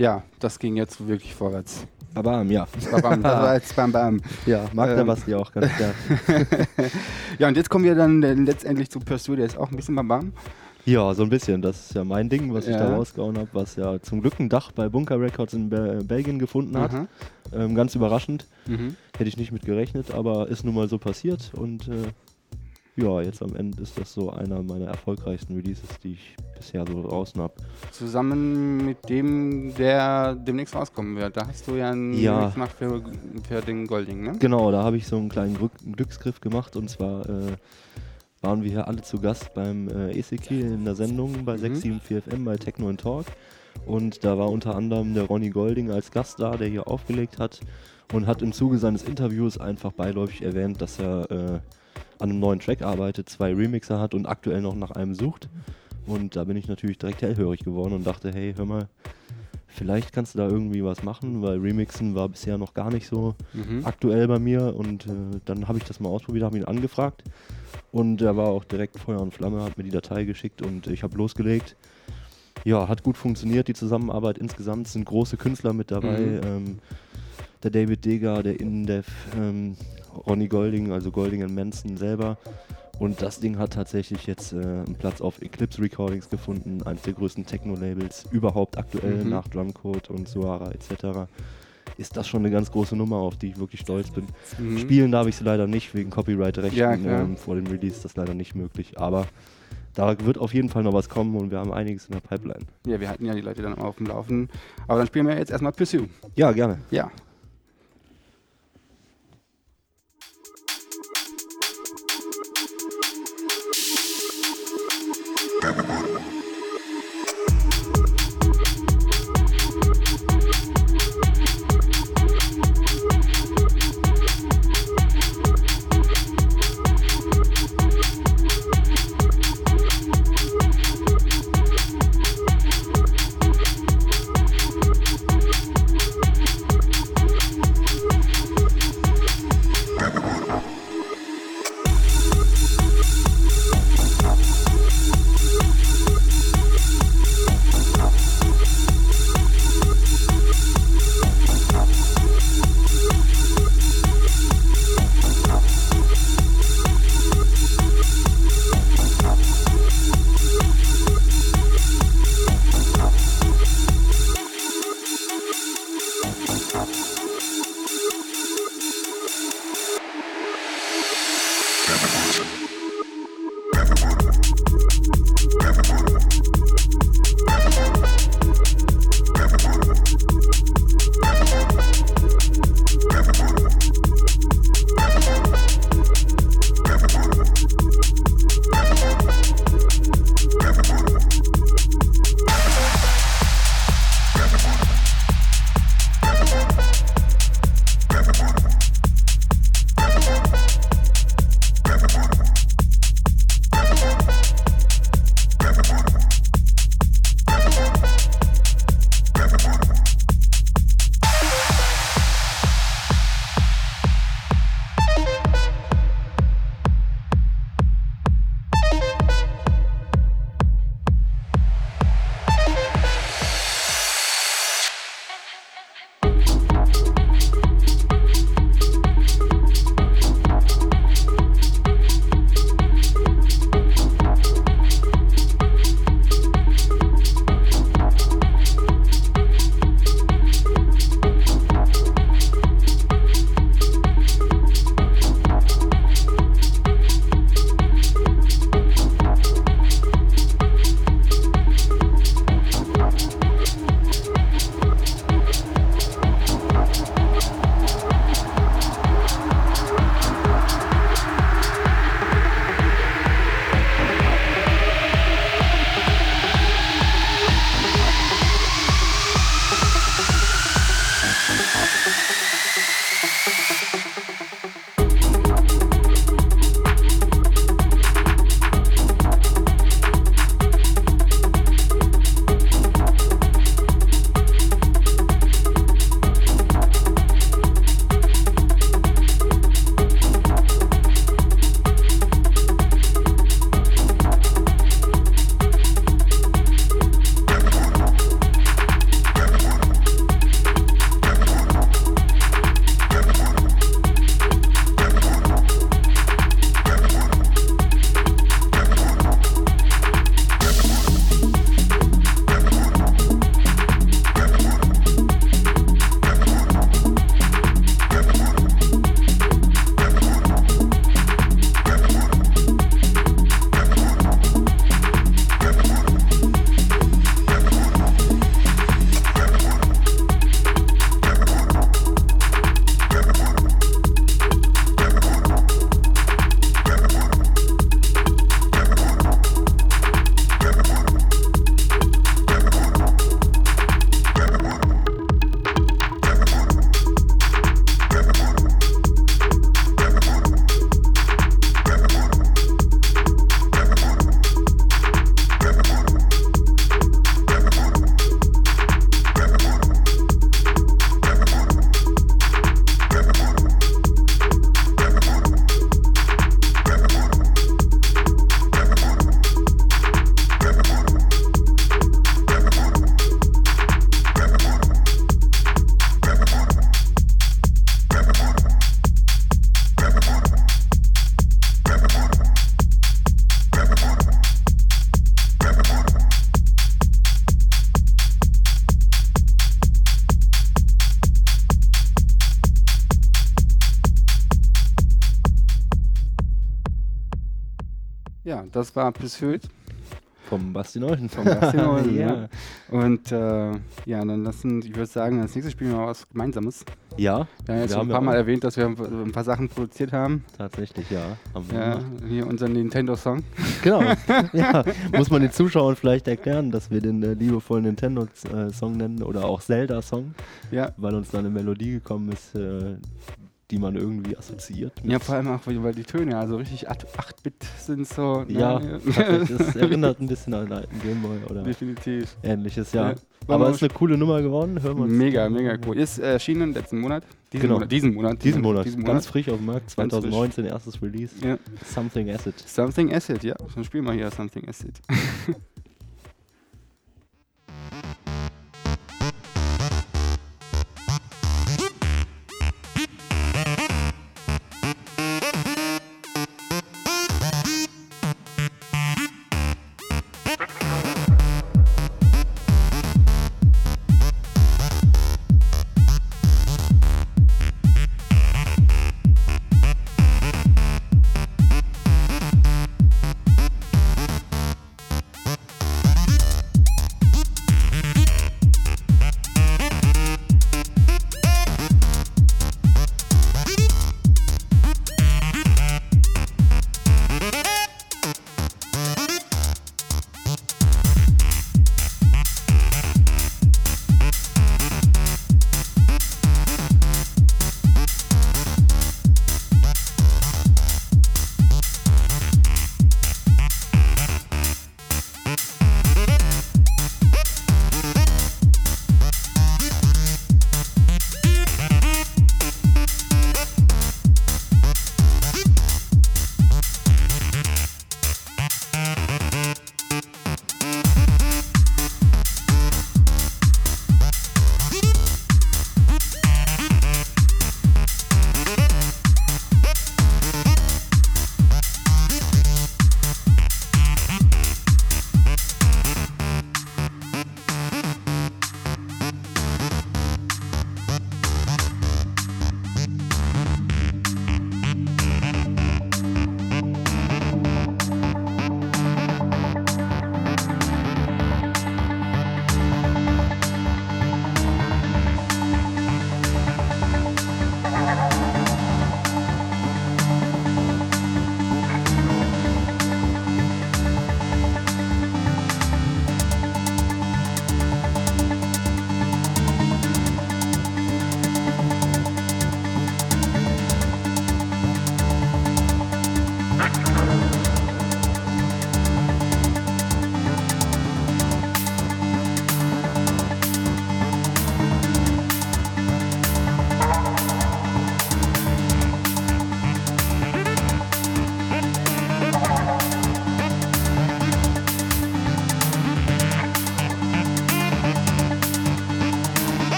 Ja, das ging jetzt wirklich vorwärts. Babam, ja. Babam, das war jetzt Bam Bam. Ja, mag der Basti auch ganz gern. Ja, und jetzt kommen wir dann letztendlich zu Pursuit, der ist auch ein bisschen Bam Bam. Ja, so ein bisschen. Das ist ja mein Ding, was ich Ja. da rausgehauen habe, was ja zum Glück ein Dach bei Bunker Records in Belgien gefunden hat. Ganz überraschend. Hätte ich nicht mit gerechnet, aber ist nun mal so passiert. Und ja, jetzt am Ende ist das so einer meiner erfolgreichsten Releases, die ich bisher so draußen habe. Zusammen mit dem, der demnächst rauskommen wird. Da hast du ja einen Remix gemacht für den Golding, ne? Genau, da habe ich so einen kleinen Glücksgriff gemacht, und zwar waren wir hier alle zu Gast beim ECK in der Sendung bei 674 FM bei Techno & Talk, und da war unter anderem der Ronny Golding als Gast da, der hier aufgelegt hat, und hat im Zuge seines Interviews einfach beiläufig erwähnt, dass er an einem neuen Track arbeitet, 2 Remixer hat und aktuell noch nach einem sucht. Und da bin ich natürlich direkt hellhörig geworden und dachte, hey, hör mal, vielleicht kannst du da irgendwie was machen, weil Remixen war bisher noch gar nicht so aktuell bei mir, und dann habe ich das mal ausprobiert, habe ihn angefragt, und er war auch direkt Feuer und Flamme, hat mir die Datei geschickt und ich habe losgelegt. Ja, hat gut funktioniert, die Zusammenarbeit insgesamt, sind große Künstler mit dabei, der David Deger, der Indev, Ronny Golding, also Golding & Manson selber. Und das Ding hat tatsächlich jetzt einen Platz auf Eclipse Recordings gefunden, eines der größten Techno-Labels überhaupt aktuell, nach Drumcode und Suara etc. Ist das schon eine ganz große Nummer, auf die ich wirklich stolz bin. Spielen darf ich sie leider nicht, wegen Copyright-Rechten. Ja, vor dem Release ist das leider nicht möglich. Aber da wird auf jeden Fall noch was kommen, und wir haben einiges in der Pipeline. Ja, wir halten ja die Leute dann auf dem Laufen. Aber dann spielen wir jetzt erstmal Pursuit. Ja, gerne. Ja. das war Pursuit Vom Basti Nolden. von Basti Nolden. Ja. Ja. Und dann ich würde sagen, als nächstes spielen wir mal was Gemeinsames. Ja, Wir haben jetzt wir schon haben ein paar ja Mal auch- erwähnt, dass wir ein paar Sachen produziert haben. tatsächlich, ja. Haben wir Ja, gemacht. hier unseren Nintendo-Song. Genau. Ja, muss man den Zuschauern vielleicht erklären, dass wir den liebevollen Nintendo-Song nennen oder auch Zelda-Song, Ja. weil uns da eine Melodie gekommen ist, die man irgendwie assoziiert. Ja, vor allem auch, weil die Töne also richtig 8-Bit sind so. Ja, ne? tatsächlich, das erinnert ein bisschen an einen alten Gameboy oder Definitiv. ähnliches, ja. Ja. Aber es ist eine coole Nummer geworden, hören wir uns. Mega, mega cool. Ist erschienen letzten Monat. Diesen Genau. Monat. Diesen Monat, ganz frisch auf dem Markt, Ganz 2019, erstes Release. Ja. Something Acid. Something Acid, ja. Dann spielen wir hier Something Acid.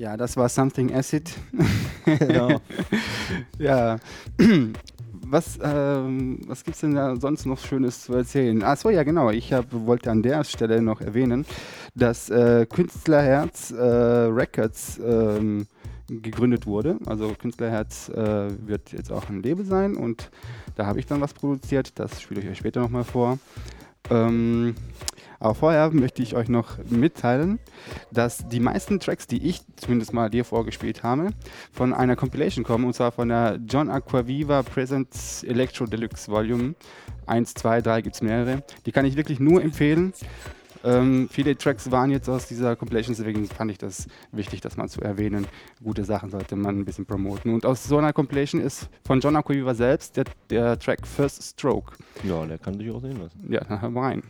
Ja, das war Something Acid. Genau. Ja. Was gibt es denn da sonst noch Schönes zu erzählen? Achso, ja genau, wollte an der Stelle noch erwähnen, dass Künstlerherz Records gegründet wurde. Also Künstlerherz wird jetzt auch ein Label sein und da habe ich dann was produziert, das spiele ich euch später nochmal vor. Aber vorher möchte ich euch noch mitteilen, dass die meisten Tracks, die ich zumindest mal dir vorgespielt habe, von einer Compilation kommen, und zwar von der John Acquaviva Presents Electro Deluxe Volume 1, 2, 3, gibt es mehrere. Die kann ich wirklich nur empfehlen. Viele Tracks waren jetzt aus dieser Compilation, deswegen fand ich das wichtig, das mal zu erwähnen. Gute Sachen sollte man ein bisschen promoten. Und aus so einer Compilation ist von John Acquaviva selbst der Track First Stroke. Ja, der kann sich auch sehen lassen. Ja, dann hören wir rein.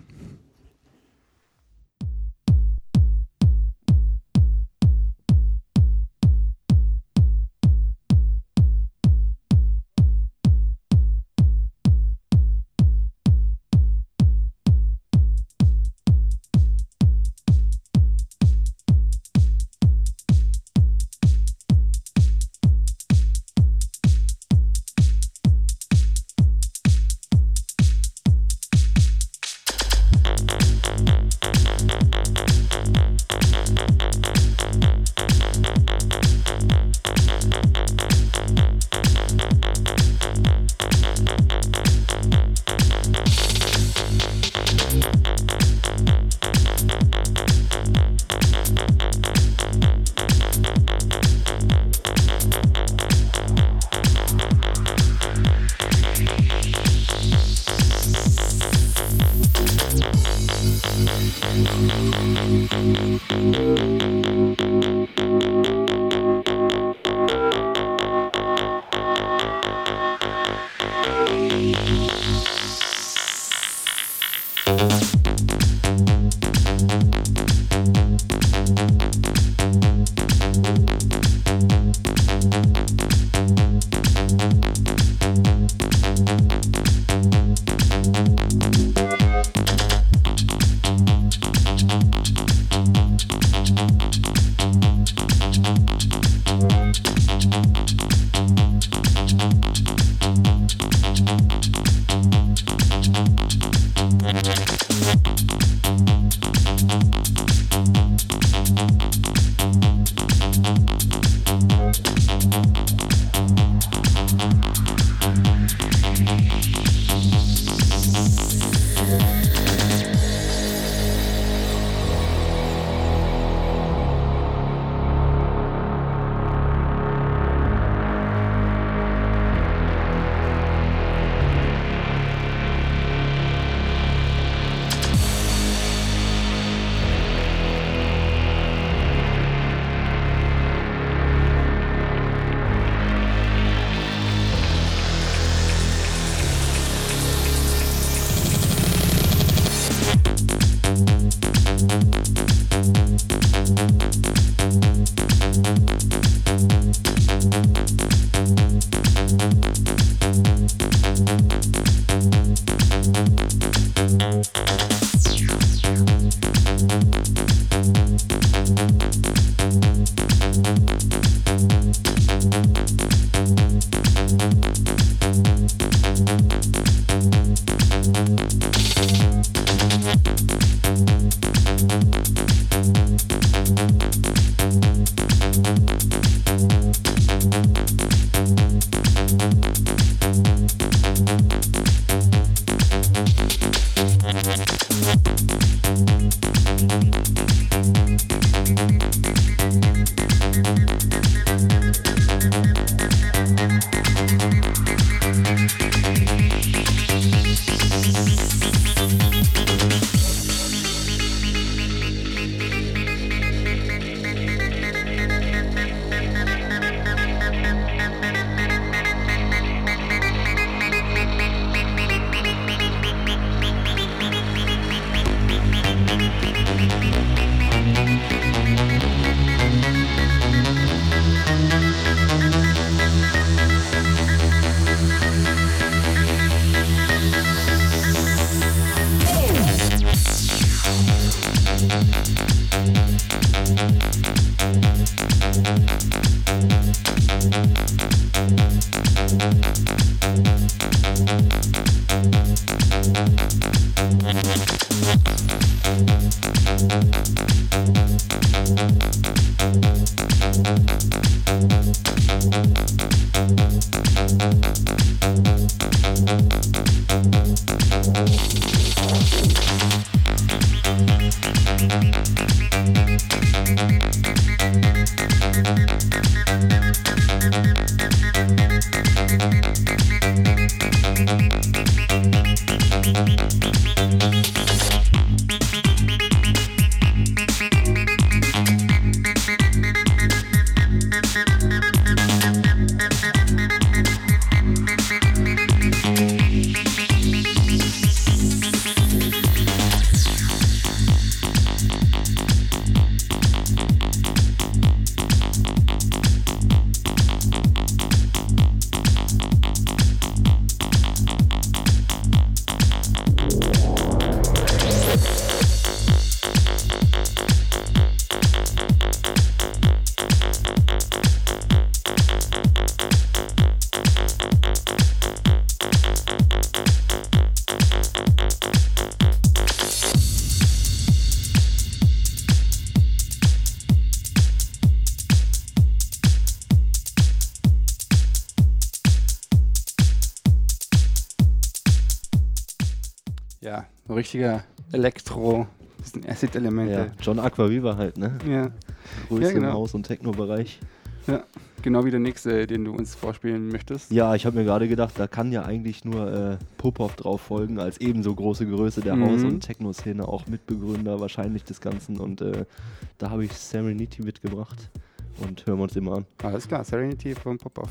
Ja, so richtiger Elektro, das sind Acid-Elemente. Ja, John Aquaviva halt, ne? Ja. Größte Ja, genau. im Haus- und Techno-Bereich. Ja, genau wie der nächste, den du uns vorspielen möchtest. Ja, ich habe mir gerade gedacht, da kann ja eigentlich nur Popov drauf folgen, als ebenso große Größe der Haus- und Techno-Szene, auch Mitbegründer wahrscheinlich des Ganzen. Und da habe ich Serenity mitgebracht und hören wir uns immer an. Alles klar, Serenity von Popov.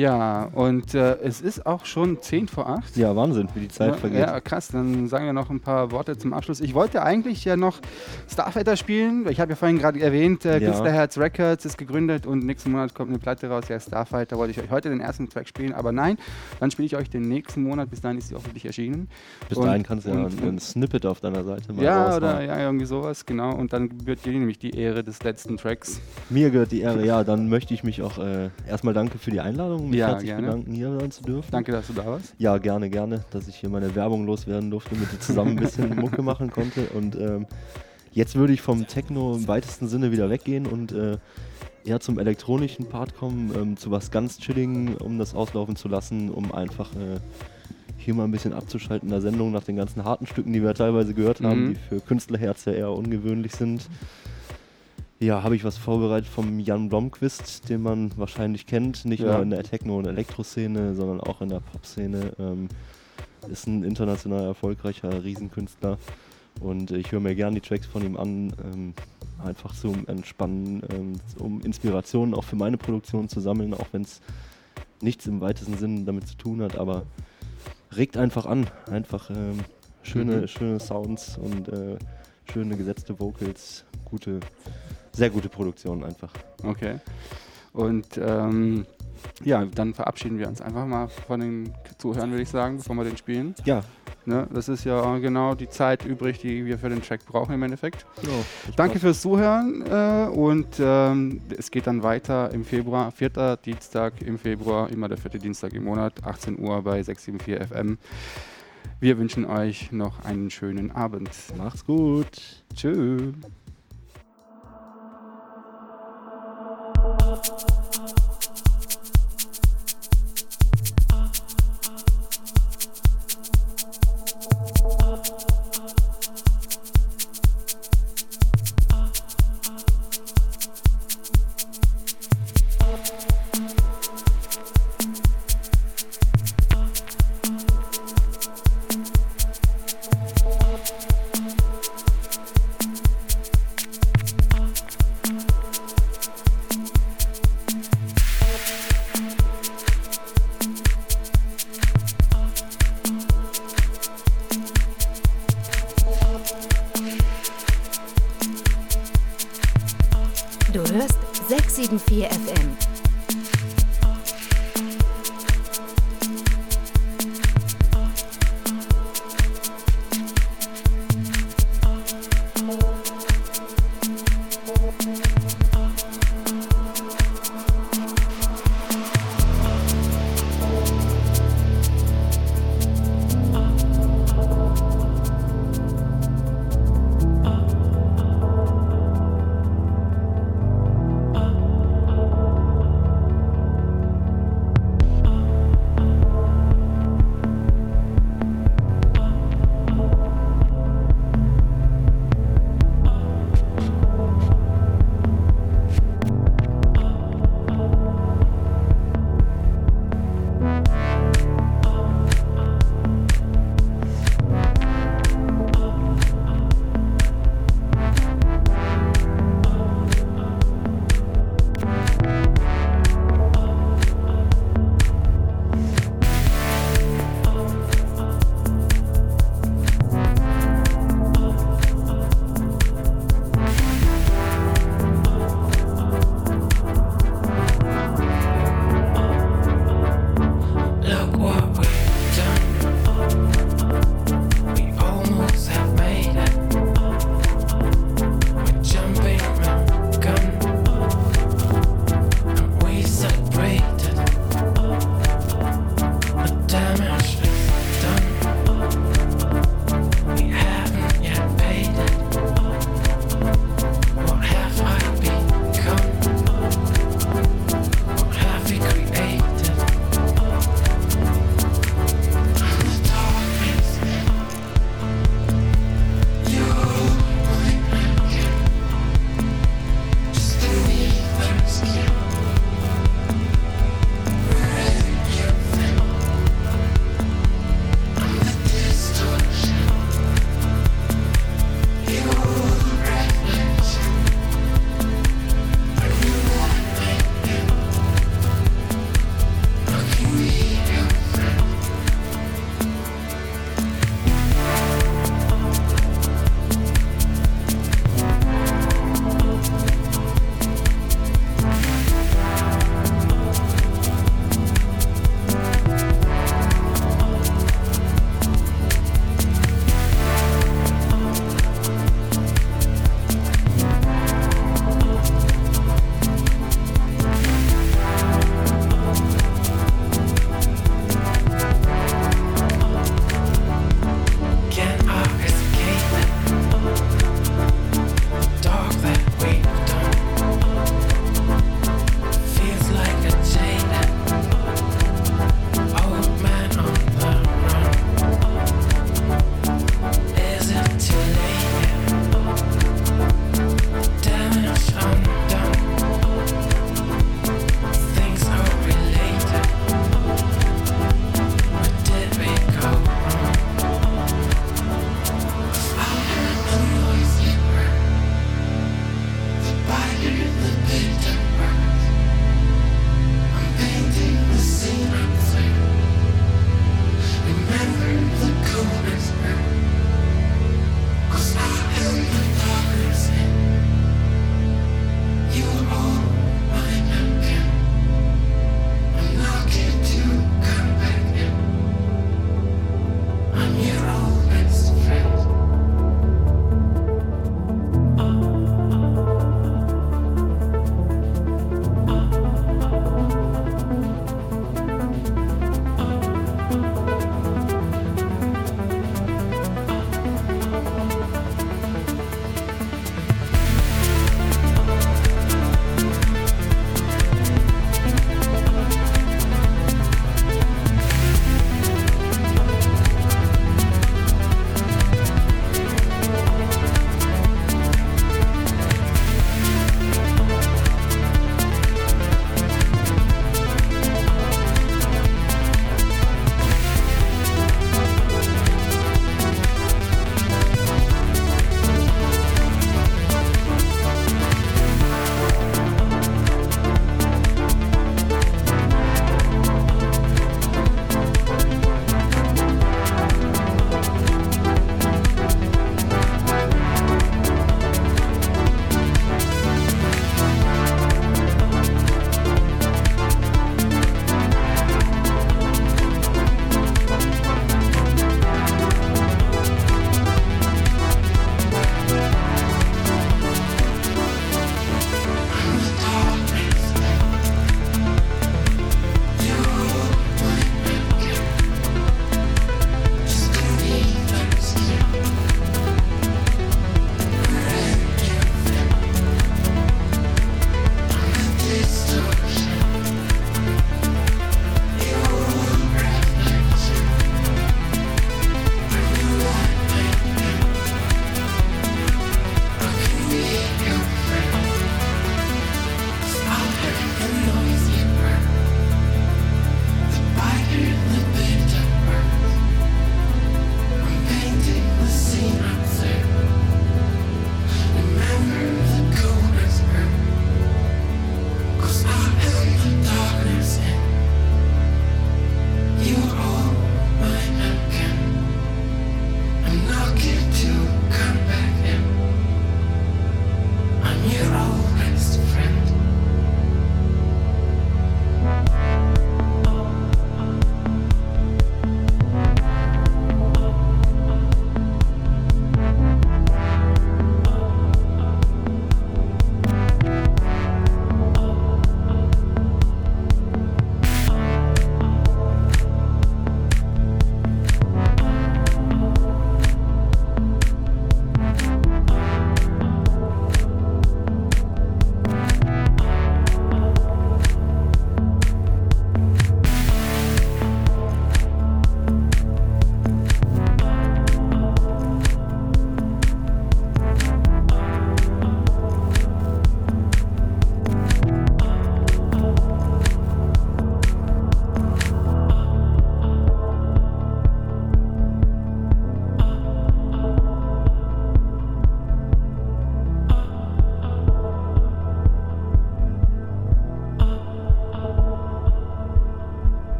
Ja, und es ist auch schon 10 vor 8. Ja, Wahnsinn, wie die Zeit vergeht. Ja, krass. Dann sagen wir noch ein paar Worte zum Abschluss. Ich wollte eigentlich ja noch Starfighter spielen. Ich habe ja vorhin gerade erwähnt, Künstlerherz Records ist gegründet und nächsten Monat kommt eine Platte raus. Ja, Starfighter wollte ich euch heute den ersten Track spielen, aber nein, dann spiele ich euch den nächsten Monat. Bis dahin ist sie hoffentlich erschienen. Bis dahin kannst du ja ein Snippet auf deiner Seite mal ja, raushauen. oder ja, irgendwie sowas, genau. Und dann gebührt dir nämlich die Ehre des letzten Tracks. Mir gehört die Ehre, ja. Dann möchte ich mich auch erstmal danke für die Einladung. Mich herzlich bedanken, hier sein zu dürfen. Danke, dass du da warst. Ja, gerne, dass ich hier meine Werbung loswerden durfte, mit dir zusammen ein bisschen Mucke machen konnte. Und jetzt würde ich vom Techno im weitesten Sinne wieder weggehen und eher zum elektronischen Part kommen, zu was ganz Chilligen, um das auslaufen zu lassen, um einfach hier mal ein bisschen abzuschalten in der Sendung nach den ganzen harten Stücken, die wir teilweise gehört haben, die für Künstlerherz ja eher ungewöhnlich sind. Ja, habe ich was vorbereitet vom Jan Blomqvist, den man wahrscheinlich kennt, nicht nur in der Techno- und Elektroszene, sondern auch in der Popszene. Ist ein international erfolgreicher Riesenkünstler und ich höre mir gerne die Tracks von ihm an, einfach zum Entspannen, um Inspirationen auch für meine Produktion zu sammeln, auch wenn es nichts im weitesten Sinn damit zu tun hat, aber regt einfach an, einfach schöne Sounds und schöne gesetzte Vocals, sehr gute Produktion einfach. Okay. Und ja, dann verabschieden wir uns einfach mal von den Zuhörern, würde ich sagen, bevor wir den spielen. Ja. Ne, das ist ja genau die Zeit übrig, die wir für den Track brauchen im Endeffekt. Genau, danke fürs Zuhören und es geht dann weiter im Februar, 4. Dienstag im Februar, immer der 4. Dienstag im Monat, 18 Uhr bei 674 FM. Wir wünschen euch noch einen schönen Abend. Macht's gut. Tschüss. Du hörst 674 FM.